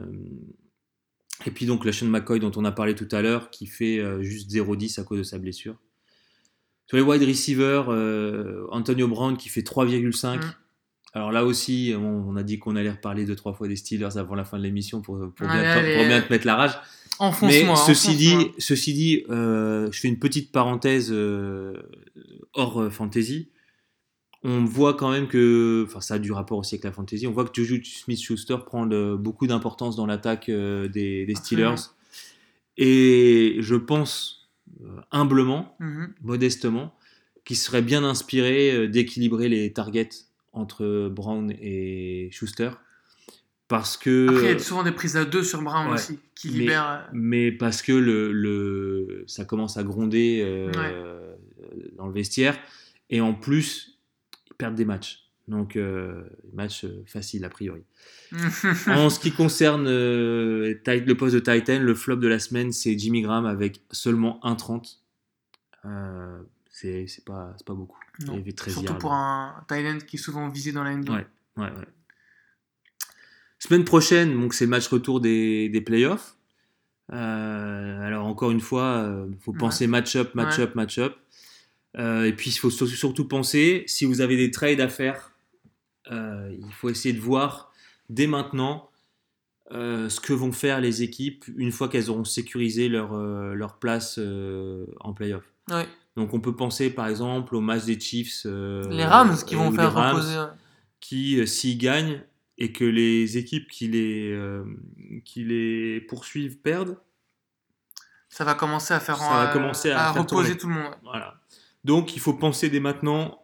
et puis donc, LeSean McCoy, dont on a parlé tout à l'heure, qui fait euh, juste zéro dix à cause de sa blessure. Sur les wide receivers, euh, Antonio Brown qui fait trois virgule cinq. Mm. Alors là aussi, on, on a dit qu'on allait reparler deux, trois fois des Steelers avant la fin de l'émission pour, pour, Allez, bien, allez, pour bien allez. te mettre la rage. Enfonce-moi. Mais ceci enfonce-moi. dit, ceci dit euh, je fais une petite parenthèse euh, hors euh, fantasy. On voit quand même que, enfin ça a du rapport aussi avec la fantasy, on voit que Juju Smith-Schuster prend de, beaucoup d'importance dans l'attaque euh, des, des Steelers. Absolument. Et je pense euh, humblement, Mhm. modestement, qu'il serait bien inspiré euh, d'équilibrer les targets entre Brown et Schuster. Parce que... Après, il y a souvent des prises à deux sur Brown Ouais. aussi, qui mais, libèrent. mais parce que le, le, ça commence à gronder euh, Ouais. dans le vestiaire. Et en plus, ils perdent des matchs. Donc, euh, match euh, facile a priori. En ce qui concerne euh, le poste de Titan, le flop de la semaine, c'est Jimmy Graham avec seulement un virgule trente. Euh, c'est, c'est, pas, c'est pas beaucoup. Non. Il avait treize Surtout yards. pour un tight end qui est souvent visé dans la N B A. Ouais, ouais, ouais. Semaine prochaine, donc c'est le match retour des, des playoffs. Euh, alors encore une fois, il euh, faut penser Ouais. match-up, match-up, Ouais. match-up. Euh, et puis il faut surtout penser, si vous avez des trades à faire, euh, il faut essayer de voir dès maintenant euh, ce que vont faire les équipes une fois qu'elles auront sécurisé leur, euh, leur place euh, en playoff. Ouais. Donc on peut penser par exemple au match des Chiefs. Euh, Les Rams qui vont ou faire les Rams, reposer. Ouais. qui, euh, s'ils gagnent et que les équipes qui les, euh, qui les poursuivent perdent, Ça va commencer à faire ça va euh, commencer à, à faire reposer tourner. tout le monde. Voilà. Donc il faut penser dès maintenant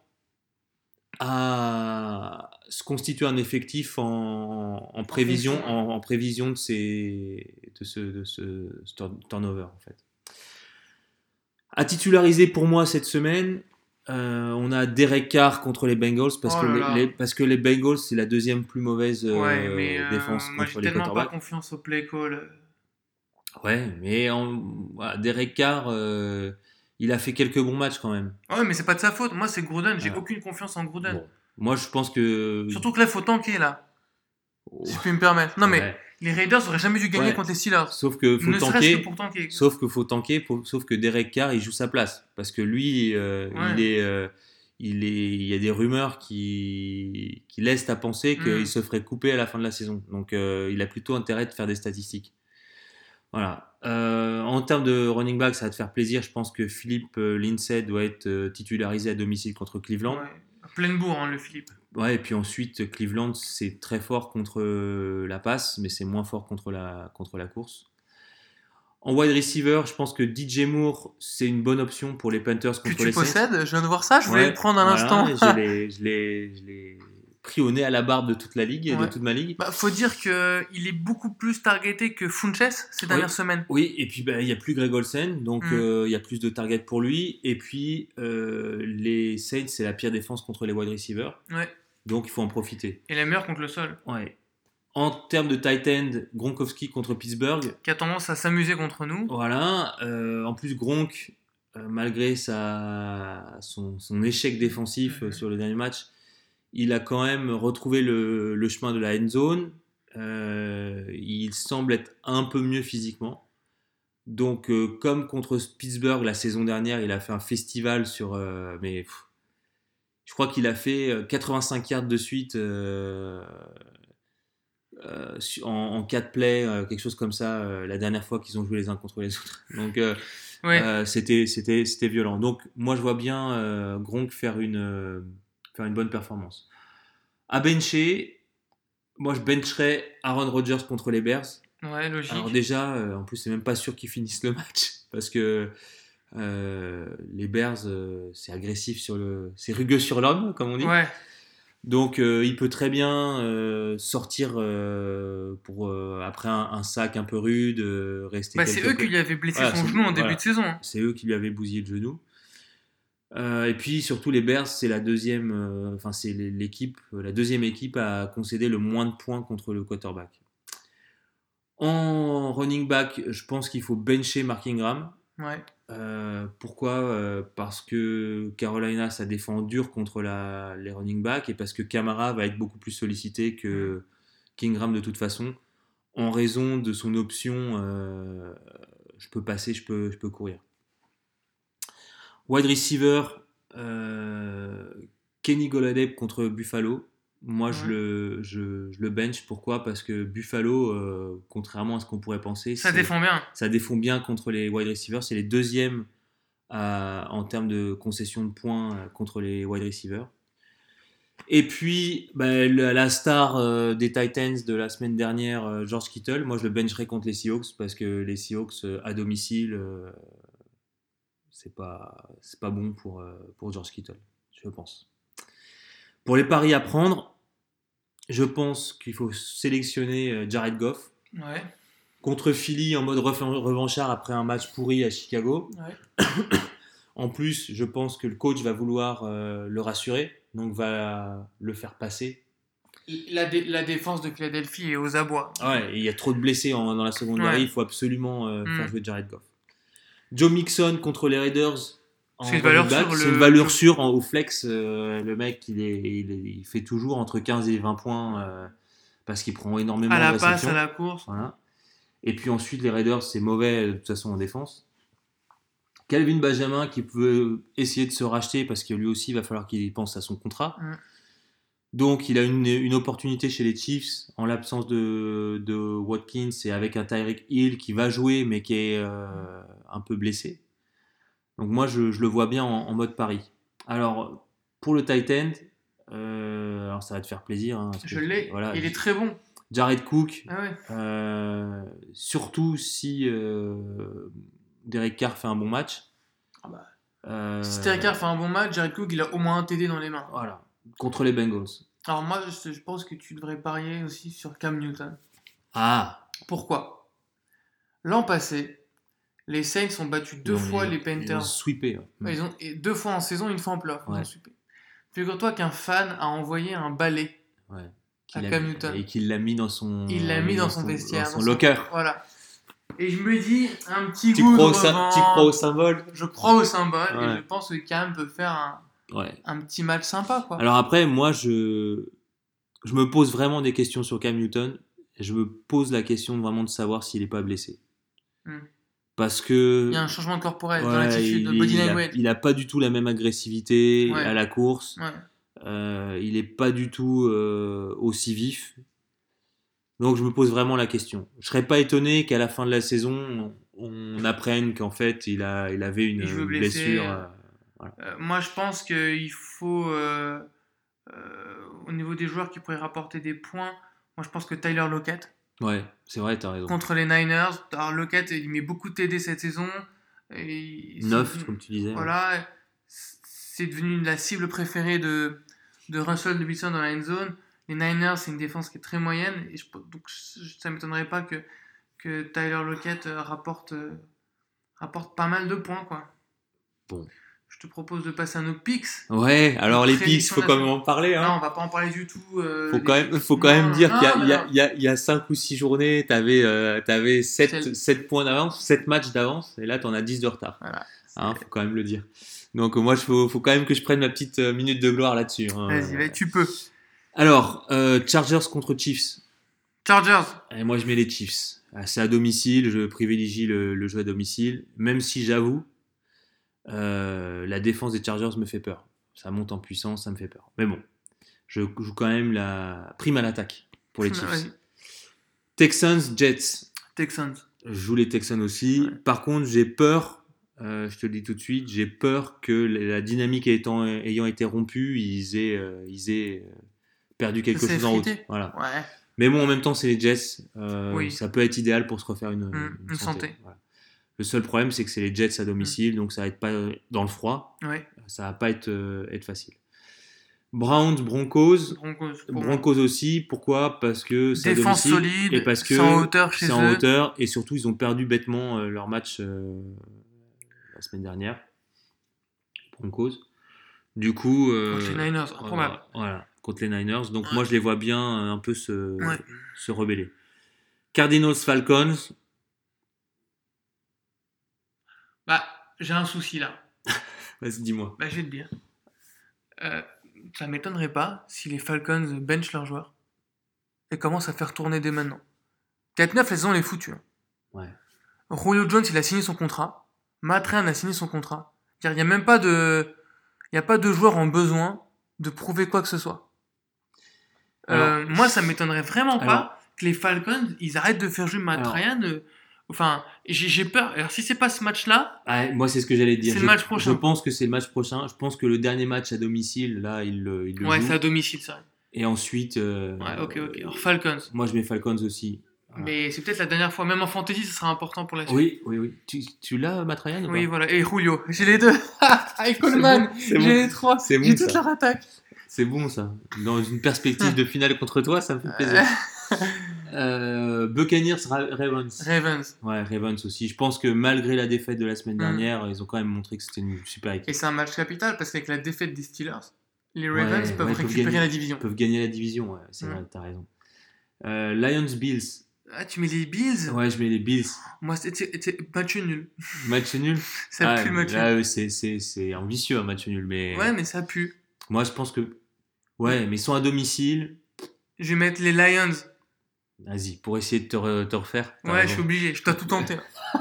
à se constituer un effectif en, en prévision, fonction. en, en prévision de, ces, de, ce, de ce turnover en fait. À titulariser pour moi cette semaine, euh, on a Derek Carr contre les Bengals parce, Oh que là les, là. les, parce que les Bengals c'est la deuxième plus mauvaise euh, Ouais, mais euh, défense moi j'ai contre les tellement pas quarterbacks. confiance au play call. Ouais, mais en, voilà, Derek Carr, euh, il a fait quelques bons matchs quand même. Ouais, mais c'est pas de sa faute. Moi, c'est Gruden. J'ai Voilà. aucune confiance en Gruden. Bon. Moi, je pense que. Surtout que là, il faut tanker, là. Oh. Si je puis me permettre. Non, mais Ouais. les Raiders auraient jamais dû gagner Ouais. contre les Steelers. Sauf que faut ne serait-ce tanker. que pour tanker. Sauf que faut tanker. Pour, sauf que Derek Carr, il joue sa place parce que lui, euh, Ouais. il est, euh, il est, il y a des rumeurs qui, qui laissent à penser qu'il Mm. se ferait couper à la fin de la saison. Donc, euh, il a plutôt intérêt de faire des statistiques. Voilà. Euh, en termes de running back, ça va te faire plaisir. Je pense que Philippe euh, Lindsay doit être euh, titularisé à domicile contre Cleveland. Ouais. À pleine bourre, hein, le Philippe. Ouais, et puis ensuite, Cleveland, c'est très fort contre euh, la passe, mais c'est moins fort contre la, contre la course. En wide receiver, je pense que D J Moore, c'est une bonne option pour les Panthers Que contre tu les Saints. possèdes, je viens de voir ça, je voulais Ouais, le prendre à voilà, l'instant. et Je l'ai, je, l'ai, je l'ai pris au nez à la barbe de toute la ligue, et Ouais. de toute ma ligue. Bah, faut dire qu'il est beaucoup plus targeté que Funches ces dernières Oui. semaines. Oui, et puis bah, il n'y a plus Greg Olsen, donc Mm. euh, il y a plus de targets pour lui. Et puis euh, les Saints, c'est la pire défense contre les wide receivers, Ouais. donc il faut en profiter. Et la meilleure contre le sol. Ouais. En termes de tight end, Gronkowski contre Pittsburgh. Qui a tendance à s'amuser contre nous. Voilà. Euh, en plus, Gronk, euh, malgré sa, son, son échec défensif Mhm. euh, sur le dernier match, il a quand même retrouvé le, le chemin de la end zone. Euh, il semble être un peu mieux physiquement. Donc, euh, comme contre Pittsburgh la saison dernière, il a fait un festival sur. Euh, mais pff, je crois qu'il a fait euh, quatre-vingt-cinq yards de suite euh, euh, en, en quatre plays, euh, quelque chose comme ça, euh, la dernière fois qu'ils ont joué les uns contre les autres. Donc, euh, Ouais. euh, c'était, c'était, c'était violent. Donc, moi, je vois bien euh, Gronk faire une, euh, faire une bonne performance. À bencher, moi, je bencherais Aaron Rodgers contre les Bears. Ouais, logique. Alors déjà, euh, en plus, c'est même pas sûr qu'ils finissent le match parce que euh, les Bears, euh, c'est agressif sur le, c'est rugueux sur l'homme, comme on dit. Ouais. Donc, euh, il peut très bien euh, sortir euh, pour euh, après un, un sac un peu rude, euh, rester. Bah, c'est quelques eux qui plays. lui avaient blessé Voilà, son c'est- genou en début voilà. de saison. hein. C'est eux qui lui avaient bousillé le genou. Euh, et puis surtout les Bears, c'est la deuxième, euh, enfin c'est l'équipe, la deuxième équipe à concéder le moins de points contre le quarterback. En running back, je pense qu'il faut bencher Mark Ingram. Ouais. Euh, pourquoi euh, Parce que Carolina, ça défend dur contre la, les running backs et parce que Kamara va être beaucoup plus sollicité que qu'Ingram de toute façon, en raison de son option euh, je peux passer, je peux, je peux courir. Wide receiver, euh, Kenny Golladay contre Buffalo. moi, je, Ouais. le, je, je le bench. Pourquoi ? Parce que Buffalo, euh, contrairement à ce qu'on pourrait penser, Ça c'est- défend bien. ça défend bien contre les wide receivers. C'est les deuxièmes à- en termes de concession de points euh, contre les wide receivers. Et puis, bah, la, la star euh, des Titans de la semaine dernière, euh, George Kittle, moi je le bencherai contre les Seahawks parce que les Seahawks euh, à domicile, euh, c'est pas, c'est pas bon pour, euh, pour George Kittle, je pense. Pour les paris à prendre, je pense qu'il faut sélectionner euh, Jared Goff Ouais. contre Philly en mode ref- revanchard après un match pourri à Chicago. Ouais. En plus, je pense que le coach va vouloir euh, le rassurer, donc va le faire passer. La, dé- la défense de Philadelphie est aux abois. Ouais, et il y a trop de blessés en- dans la secondary, Ouais. il faut absolument euh, Mm. faire jouer Jared Goff. Joe Mixon contre les Raiders. en C'est une valeur running back, sûre, C'est le- une valeur le- sûre en, au flex. euh, le mec, il, est, il, est- il fait toujours entre quinze et vingt points euh, parce qu'il prend énormément À la de passe, réceptions. à la course. Voilà. Et puis ensuite, les Raiders, c'est mauvais de toute façon en défense. Calvin Benjamin qui peut essayer de se racheter parce que lui aussi, il va falloir qu'il pense à son contrat. Mm. Donc, il a une, une opportunité chez les Chiefs en l'absence de, de Watkins et avec un Tyreek Hill qui va jouer mais qui est euh, un peu blessé. Donc, moi, je, je le vois bien en, en mode pari. Alors, pour le tight end, euh, alors ça va te faire plaisir. Hein, parce Je que- l'ai. voilà, Il est très bon. Jared Cook, Ah ouais. euh, surtout si euh, Derek Carr fait un bon match. Ah bah. Euh, Si Derek Carr fait un bon match, Jared Cook, il a au moins un T D dans les mains. Voilà, contre les Bengals. Alors moi, je, je pense que tu devrais parier aussi sur Cam Newton. Ah, Pourquoi ? L'an passé, les Saints ont battu deux ils ont- fois ils- les Ils ont Panthers. sweepé. ouais. Ouais, ils ont, et deux fois en saison, une fois en playoff. Ils Ouais. ont sweepé. Figure-toi qu'un fan a envoyé un balai. Ouais. à Qu'il a- Cam Newton. Et qu'il l'a mis dans son, Il l'a mis dans son vestiaire. dans son dans locker. Voilà. Et je me dis, un petit Tu goût crois, de au sy- revanche. tu crois au symbole? Je crois au symbole Ouais. et je pense que Cam peut faire un, Ouais. un petit match sympa, quoi. Alors après, moi, je, je me pose vraiment des questions sur Cam Newton. Et je me pose la question vraiment de savoir s'il n'est pas blessé. Hmm. Parce que Il y a un changement corporel dans ouais, l'attitude, de il, body il a, language. il a pas du tout la même agressivité Ouais. à la course. Ouais. Euh, il est pas du tout euh, aussi vif. Donc je me pose vraiment la question. Je serais pas étonné qu'à la fin de la saison, on, on apprenne qu'en fait il, a, il avait une Il joue blessé. blessure. euh, Euh, moi, je pense qu'il faut, euh, euh, au niveau des joueurs qui pourraient rapporter des points, moi, je pense que Tyler Lockett, Ouais, c'est vrai, t'as raison. contre les Niners, alors Lockett, il met beaucoup de T D cette saison. Et Neuf, c'est- comme tu disais. Voilà, c'est devenu la cible préférée de, de Russell Wilson dans la end zone. Les Niners, c'est une défense qui est très moyenne, et je, donc je- ça ne m'étonnerait pas que, que Tyler Lockett euh, rapporte, euh, rapporte pas mal de points, quoi. Bon. Je te propose de passer à nos picks. Ouais, alors les Prédiction picks, faut quand même nationale. en parler. Hein. Non, on va pas en parler du tout. euh, Faut des quand même, picks. faut quand Non, même dire non, qu'il y a, non, il y, a, non. il y, a, il y a cinq ou six journées, t'avais euh, t'avais sept, C'est- sept points d'avance, sept matchs d'avance, et là t'en as dix de retard. Voilà. Hein, faut quand même le dire. Donc moi, il faut, faut quand même que je prenne ma petite euh, minute de gloire là-dessus. Hein. Vas-y, vas-y, tu peux. Alors, euh, Chargers contre Chiefs. Chargers. Et moi, je mets les Chiefs. Ah, c'est à domicile, je privilégie le, le jeu à domicile, même si j'avoue, euh, la défense des Chargers me fait peur. Ça monte en puissance, ça me fait peur. Mais bon, je joue quand même la prime à l'attaque pour les Chiefs. Vas-y. Texans, Jets. Texans. Je joue les Texans aussi. Ouais. Par contre, j'ai peur, euh, je te le dis tout de suite, j'ai peur que la dynamique étant, ayant été rompue, ils aient, euh, ils aient euh, perdu quelque Ça s'est chose en route. effrité. Voilà. Ouais. Mais bon, en même temps, c'est les Jets. Euh, Oui. Ça peut être idéal pour se refaire une, Mmh, une santé. Voilà. Le seul problème, c'est que c'est les Jets à domicile, donc ça va être pas dans le froid. Ouais. Ça va pas être, euh, être facile. Browns, Broncos. Broncos. pour moi. Broncos aussi. Pourquoi ? Parce que c'est à Défense domicile solide, et parce que c'est en hauteur chez c'est en eux. hauteur et surtout ils ont perdu bêtement euh, leur match euh, la semaine dernière. Broncos. Du coup. euh, Contre les Niners, improbable. Voilà, contre les Niners. Donc moi je les vois bien euh, un peu se, Ouais. se rebeller. Cardinals, Falcons. Bah, j'ai un souci là. Vas-y, dis-moi. Bah, je vais te dire. Euh, ça m'étonnerait pas si les Falcons bench leurs joueurs et commencent à faire tourner dès maintenant. quatre neuf, la saison, elle est foutue. hein. Ouais. Julio Jones, il a signé son contrat. Matt Ryan a signé son contrat. Il n'y a même pas de, il y a pas de joueur en besoin de prouver quoi que ce soit. Euh, moi, ça m'étonnerait vraiment alors- pas que les Falcons, ils arrêtent de faire jouer Matt Alors- Ryan. euh, Enfin, j'ai, j'ai peur. Alors, si c'est pas ce match-là, Ah, moi, c'est ce que j'allais dire. C'est je, le match prochain. Je pense que c'est le match prochain. Je pense que le dernier match à domicile, là, il le, il le ouais, joue. c'est à domicile, ça. Et ensuite, euh, Ouais, ok, ok. Alors, Falcons. moi, je mets Falcons aussi. Voilà. Mais c'est peut-être la dernière fois. Même en fantasy, ça sera important pour la suite. Oui, oui, oui. Tu, tu l'as, Matt Ryan ou Oui, pas voilà. Et Julio. J'ai les deux. Avec Coleman. bon, c'est bon. J'ai les trois. C'est bon, J'ai toute ça. leur attaque. C'est bon, ça. Dans une perspective de finale contre toi, ça me fait plaisir. euh, Buccaneers, Ra- Ravens. Ravens. Ouais, Ravens aussi. Je pense que malgré la défaite de la semaine Mm. dernière, ils ont quand même montré que c'était une super équipe. Et c'est un match capital parce qu'avec la défaite des Steelers, les Ouais, Ravens peuvent ouais, ils peuvent récupérer gagner. la division. Ils peuvent gagner la division, ouais, c'est Mm. vrai, t'as raison. Euh, Lions, Bills. Ah, tu mets les Bills. Ouais, je mets les Bills. Moi, c'était c'était match nul. Match nul. Ça Ah, pue le match là, nul. euh, c'est, c'est, c'est ambitieux un match nul, mais Ouais, mais ça pue. moi je pense que. Ouais, mais ils sont à domicile. Je vais mettre les Lions. Vas-y, pour essayer de te, re- te refaire. t'as Ouais, raison. je suis obligé. Je dois tout tenter.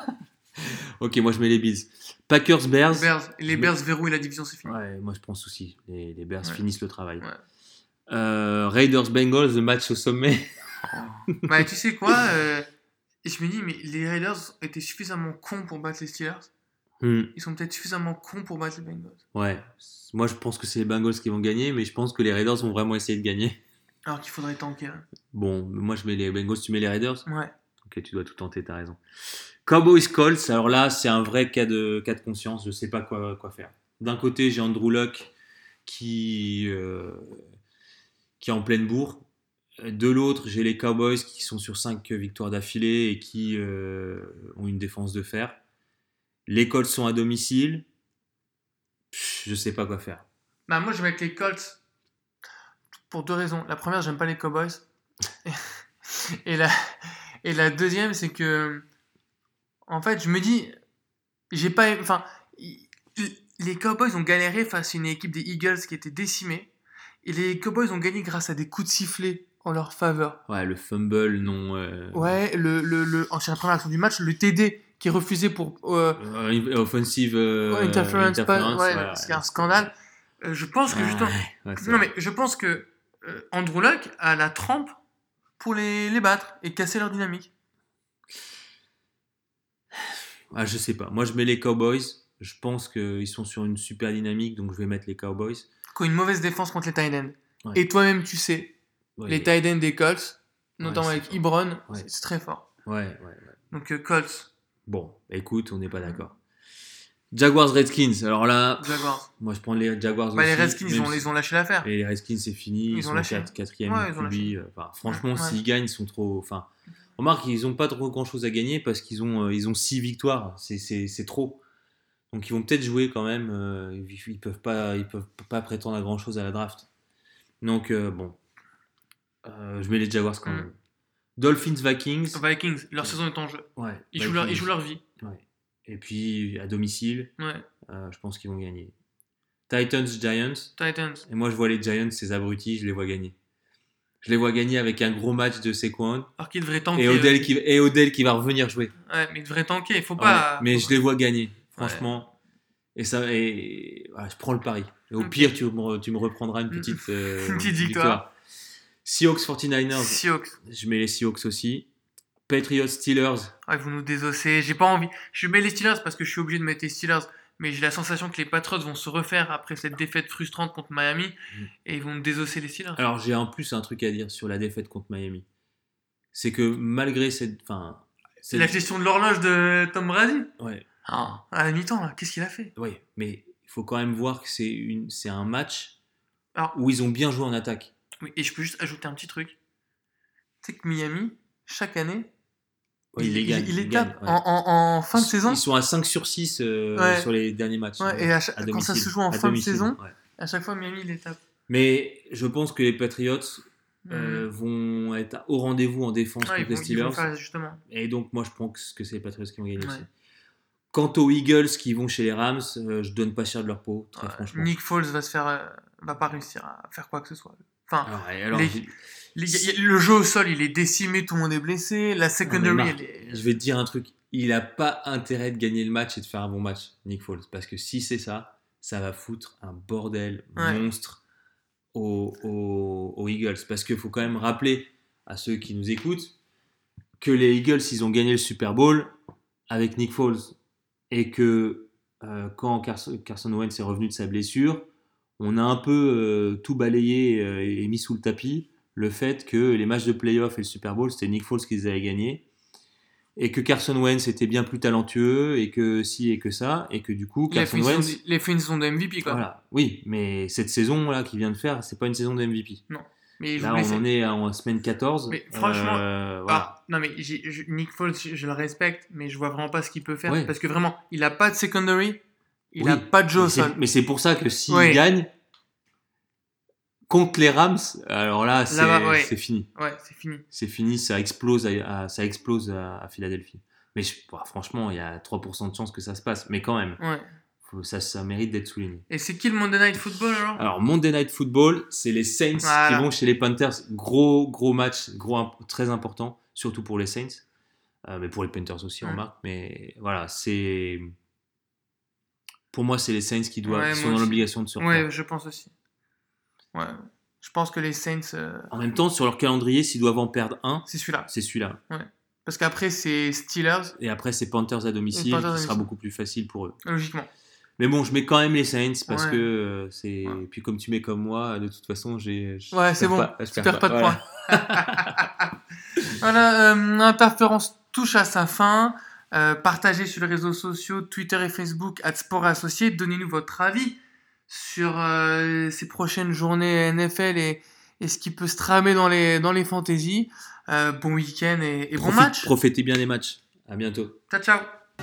Ok, moi je mets les Bills. Packers, Bears. Bears. Les Je Bears verrouillent la division, c'est fini. Ouais, moi je pense aussi. Les, les Bears Ouais. finissent le travail. Ouais. Euh, Raiders, Bengals, le match au sommet. Bah, tu sais quoi euh, et je me dis, mais les Raiders étaient suffisamment cons pour battre les Steelers. Hmm, Ils sont peut-être suffisamment cons pour battre les Bengals. ouais. Moi je pense que c'est les Bengals qui vont gagner, mais je pense que les Raiders vont vraiment essayer de gagner. Alors qu'il faudrait tanker. hein. Bon, moi je mets les Bengals, tu mets les Raiders. Ouais. Ok, tu dois tout tenter, t'as raison. Cowboys, Colts, alors là c'est un vrai cas de, cas de conscience, je sais pas quoi, quoi faire. D'un côté j'ai Andrew Luck qui, euh, qui est en pleine bourre. De l'autre, j'ai les Cowboys qui sont sur cinq victoires d'affilée et qui euh, ont une défense de fer. Les Colts sont à domicile. Pff, je sais pas quoi faire. Bah, moi, je vais mettre les Colts pour deux raisons. La première, j'aime pas les Cowboys. Et la, et la deuxième, c'est que, en fait, je me dis, j'ai pas. Enfin, i- les Cowboys ont galéré face à une équipe des Eagles qui était décimée. Et les Cowboys ont gagné grâce à des coups de sifflet en leur faveur. Ouais, le fumble, non. euh, Ouais, le, le, le, en c'est la première action du match, le T D qui est refusé pour euh, euh, offensive euh, ouais, interference, pas- interference, ouais, voilà. c'est un scandale. Euh, je pense que Ouais, justement, ouais, c'est non vrai. mais je pense que euh, Andrew Luck a la trempe pour les, les battre et casser leur dynamique. Ah, je sais pas. Moi, je mets les Cowboys. Je pense qu'ils sont sur une super dynamique, donc je vais mettre les Cowboys. Qui ont une mauvaise défense contre les tight ends. Ouais. Et toi-même, tu sais, Ouais, les tight ends des Colts, notamment c'est avec fort. Ebron, Ouais. c'est, c'est très fort. ouais, ouais, ouais. Donc euh, Colts, Bon, écoute, on n'est pas d'accord. Jaguars, Redskins. Alors là, Jaguars. moi, je prends les Jaguars Bah, aussi. les Redskins, ils même ont, si- ils ont lâché l'affaire. Et les Redskins, c'est fini. Ils Ils, ont sont lâché. quatre- quatrième Ouais, ils ont Q B. lâché. euh, Enfin, franchement, Ouais. s'ils gagnent, ils sont trop. Enfin, remarque, ils n'ont pas trop grand-chose à gagner parce qu'ils ont, euh, ils ont six victoires. C'est, c'est, c'est trop. Donc, ils vont peut-être jouer quand même. euh, ils, ils peuvent pas, ils peuvent pas prétendre à grand-chose à la draft. Donc, euh, bon, Euh, je mets les Jaguars quand Mm. même. Dolphins, Vikings. Vikings, leur saison est en jeu. Ouais. Ils jouent, leur, ils Vikings. jouent leur vie. Ouais. Et puis, à domicile, Ouais. euh, je pense qu'ils vont gagner. Titans, Giants. Titans. Et moi, je vois les Giants, ces abrutis, je les vois gagner. Je les vois gagner avec un gros match de Saquon Alors qu'ils devraient tanker. et Odell, aussi. qui, et Odell qui va revenir jouer. Ouais, mais ils devraient tanker. Il faut Ouais, pas. mais faut je pas- les vois gagner, franchement. Et ça, et, voilà, je prends le pari. Et au Ok. pire, tu me, tu me reprendras une petite, euh, Une petite victoire. Seahawks, forty-niners, Seahawks. je mets les Seahawks aussi. Patriots, Steelers. Ouais, vous nous désossez. J'ai pas envie. Je mets les Steelers parce que je suis obligé de mettre les Steelers. Mais j'ai la sensation que les Patriots vont se refaire après cette défaite frustrante contre Miami. Mm. Et ils vont me désosser les Steelers. Alors, j'ai en plus un truc à dire sur la défaite contre Miami. C'est que malgré cette. Enfin, C'est la gestion de l'horloge de Tom Brady. Ouais, Ah, à la mi-temps, là, qu'est-ce qu'il a fait? ouais, mais il faut quand même voir que c'est, une, c'est un match Alors, où ils ont bien joué en attaque. oui, et je peux juste ajouter un petit truc. Tu sais que Miami, chaque année, Ouais, il, ils les il- gagnent. il les ils tape gagnent, ouais. en, en- en fin de Ils- saison. Ils sont à cinq sur six euh, Ouais. sur les derniers matchs. Ouais, euh, et à chaque- à quand ça domicile. se joue en À fin de domicile, saison, ouais. à chaque fois, Miami les tape. Mais je pense que les Patriots Mm. euh, vont être au rendez-vous en défense Ouais, ils, contre les vont, ils vont Steelers. faire justement. Et donc, moi, je pense que c'est les Patriots qui vont gagner Ouais. aussi. Quant aux Eagles qui vont chez les Rams, euh, je donne pas cher de leur peau, très Ouais, franchement. Nick Foles va se faire, euh, va pas réussir à faire quoi que ce soit. Enfin, Alors, et alors, les- j'ai- les- y a- le jeu au sol, il est décimé, tout le monde est blessé. La secondary, Marc, elle est... je vais te dire un truc. Il a pas intérêt de gagner le match et de faire un bon match, Nick Foles. Parce que si c'est ça, ça va foutre un bordel Ouais. monstre aux, aux, aux, aux Eagles. Parce qu'il faut quand même rappeler à ceux qui nous écoutent que les Eagles, ils ont gagné le Super Bowl avec Nick Foles. Et que euh, quand Carson, Carson Wentz est revenu de sa blessure, on a un peu euh, tout balayé euh, et mis sous le tapis le fait que les matchs de playoff et le Super Bowl, c'était Nick Foles qui les avait gagnés. Et que Carson Wentz était bien plus talentueux, et que si et que ça, et que du coup, Carson les Wentz... Fins sont, les Fins sont de M V P, quoi. Voilà, oui, mais cette saison-là qu'il vient de faire, c'est pas une saison de M V P. Non. Mais là, on en est en semaine quatorze. Mais franchement, euh, voilà. ah, non mais j'ai, je, Nick Foles, je, je le respecte, mais je vois vraiment pas ce qu'il peut faire. Ouais. Parce que vraiment, il a pas de secondary, il oui, a pas de jeu au mais sol. c'est, mais c'est pour ça que s'il ouais. gagne contre les Rams, alors là, c'est, là-bas, ouais. c'est fini. Ouais, c'est fini. C'est fini, ça explose à, à, ça explose à, à Philadelphie. Mais je, bah, franchement, il y a trois pour cent de chances que ça se passe. Mais quand même, ouais. faut, ça, ça mérite d'être souligné. Et c'est qui le Monday Night Football alors Alors, Monday Night Football, c'est les Saints voilà. qui vont chez les Panthers. Gros, gros match, gros, très important, surtout pour les Saints. Euh, mais pour les Panthers aussi, ouais. on marque. Mais voilà, c'est... Pour moi, c'est les Saints qui, doivent, ouais, qui sont dans aussi. l'obligation de se refaire. Ouais, je pense aussi. Ouais. Je pense que les Saints... Euh... En même temps, sur leur calendrier, s'ils doivent en perdre un, c'est celui-là. C'est celui-là. Ouais. Parce qu'après, c'est Steelers. Et après, c'est Panthers à domicile, Panthers à qui domicile. sera beaucoup plus facile pour eux. Logiquement. Mais bon, je mets quand même les Saints parce ouais. que euh, c'est. Ouais. Et puis, comme tu mets comme moi, de toute façon, j'ai. Ouais, c'est bon. Pas, je tu perds perds pas, pas de points. Voilà, euh, l'interférence touche à sa fin. Euh, partagez sur les réseaux sociaux, Twitter et Facebook, at Sport et Associés. Donnez-nous votre avis sur euh, ces prochaines journées N F L et, et ce qui peut se tramer dans les, dans les fantaisies. Euh, bon week-end et, et Profite, bon match. Profitez bien des matchs. À bientôt. Ciao, ciao.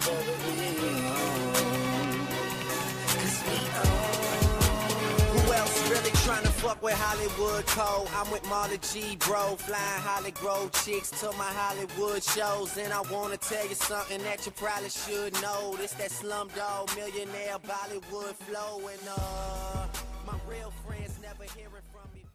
Fuck with Hollywood Code, I'm with Marla G, bro. Flying Hollywood chicks to my Hollywood shows. And I wanna tell you something that you probably should know. This that Slumdog Millionaire Bollywood flow. And uh, my real friends never hear it.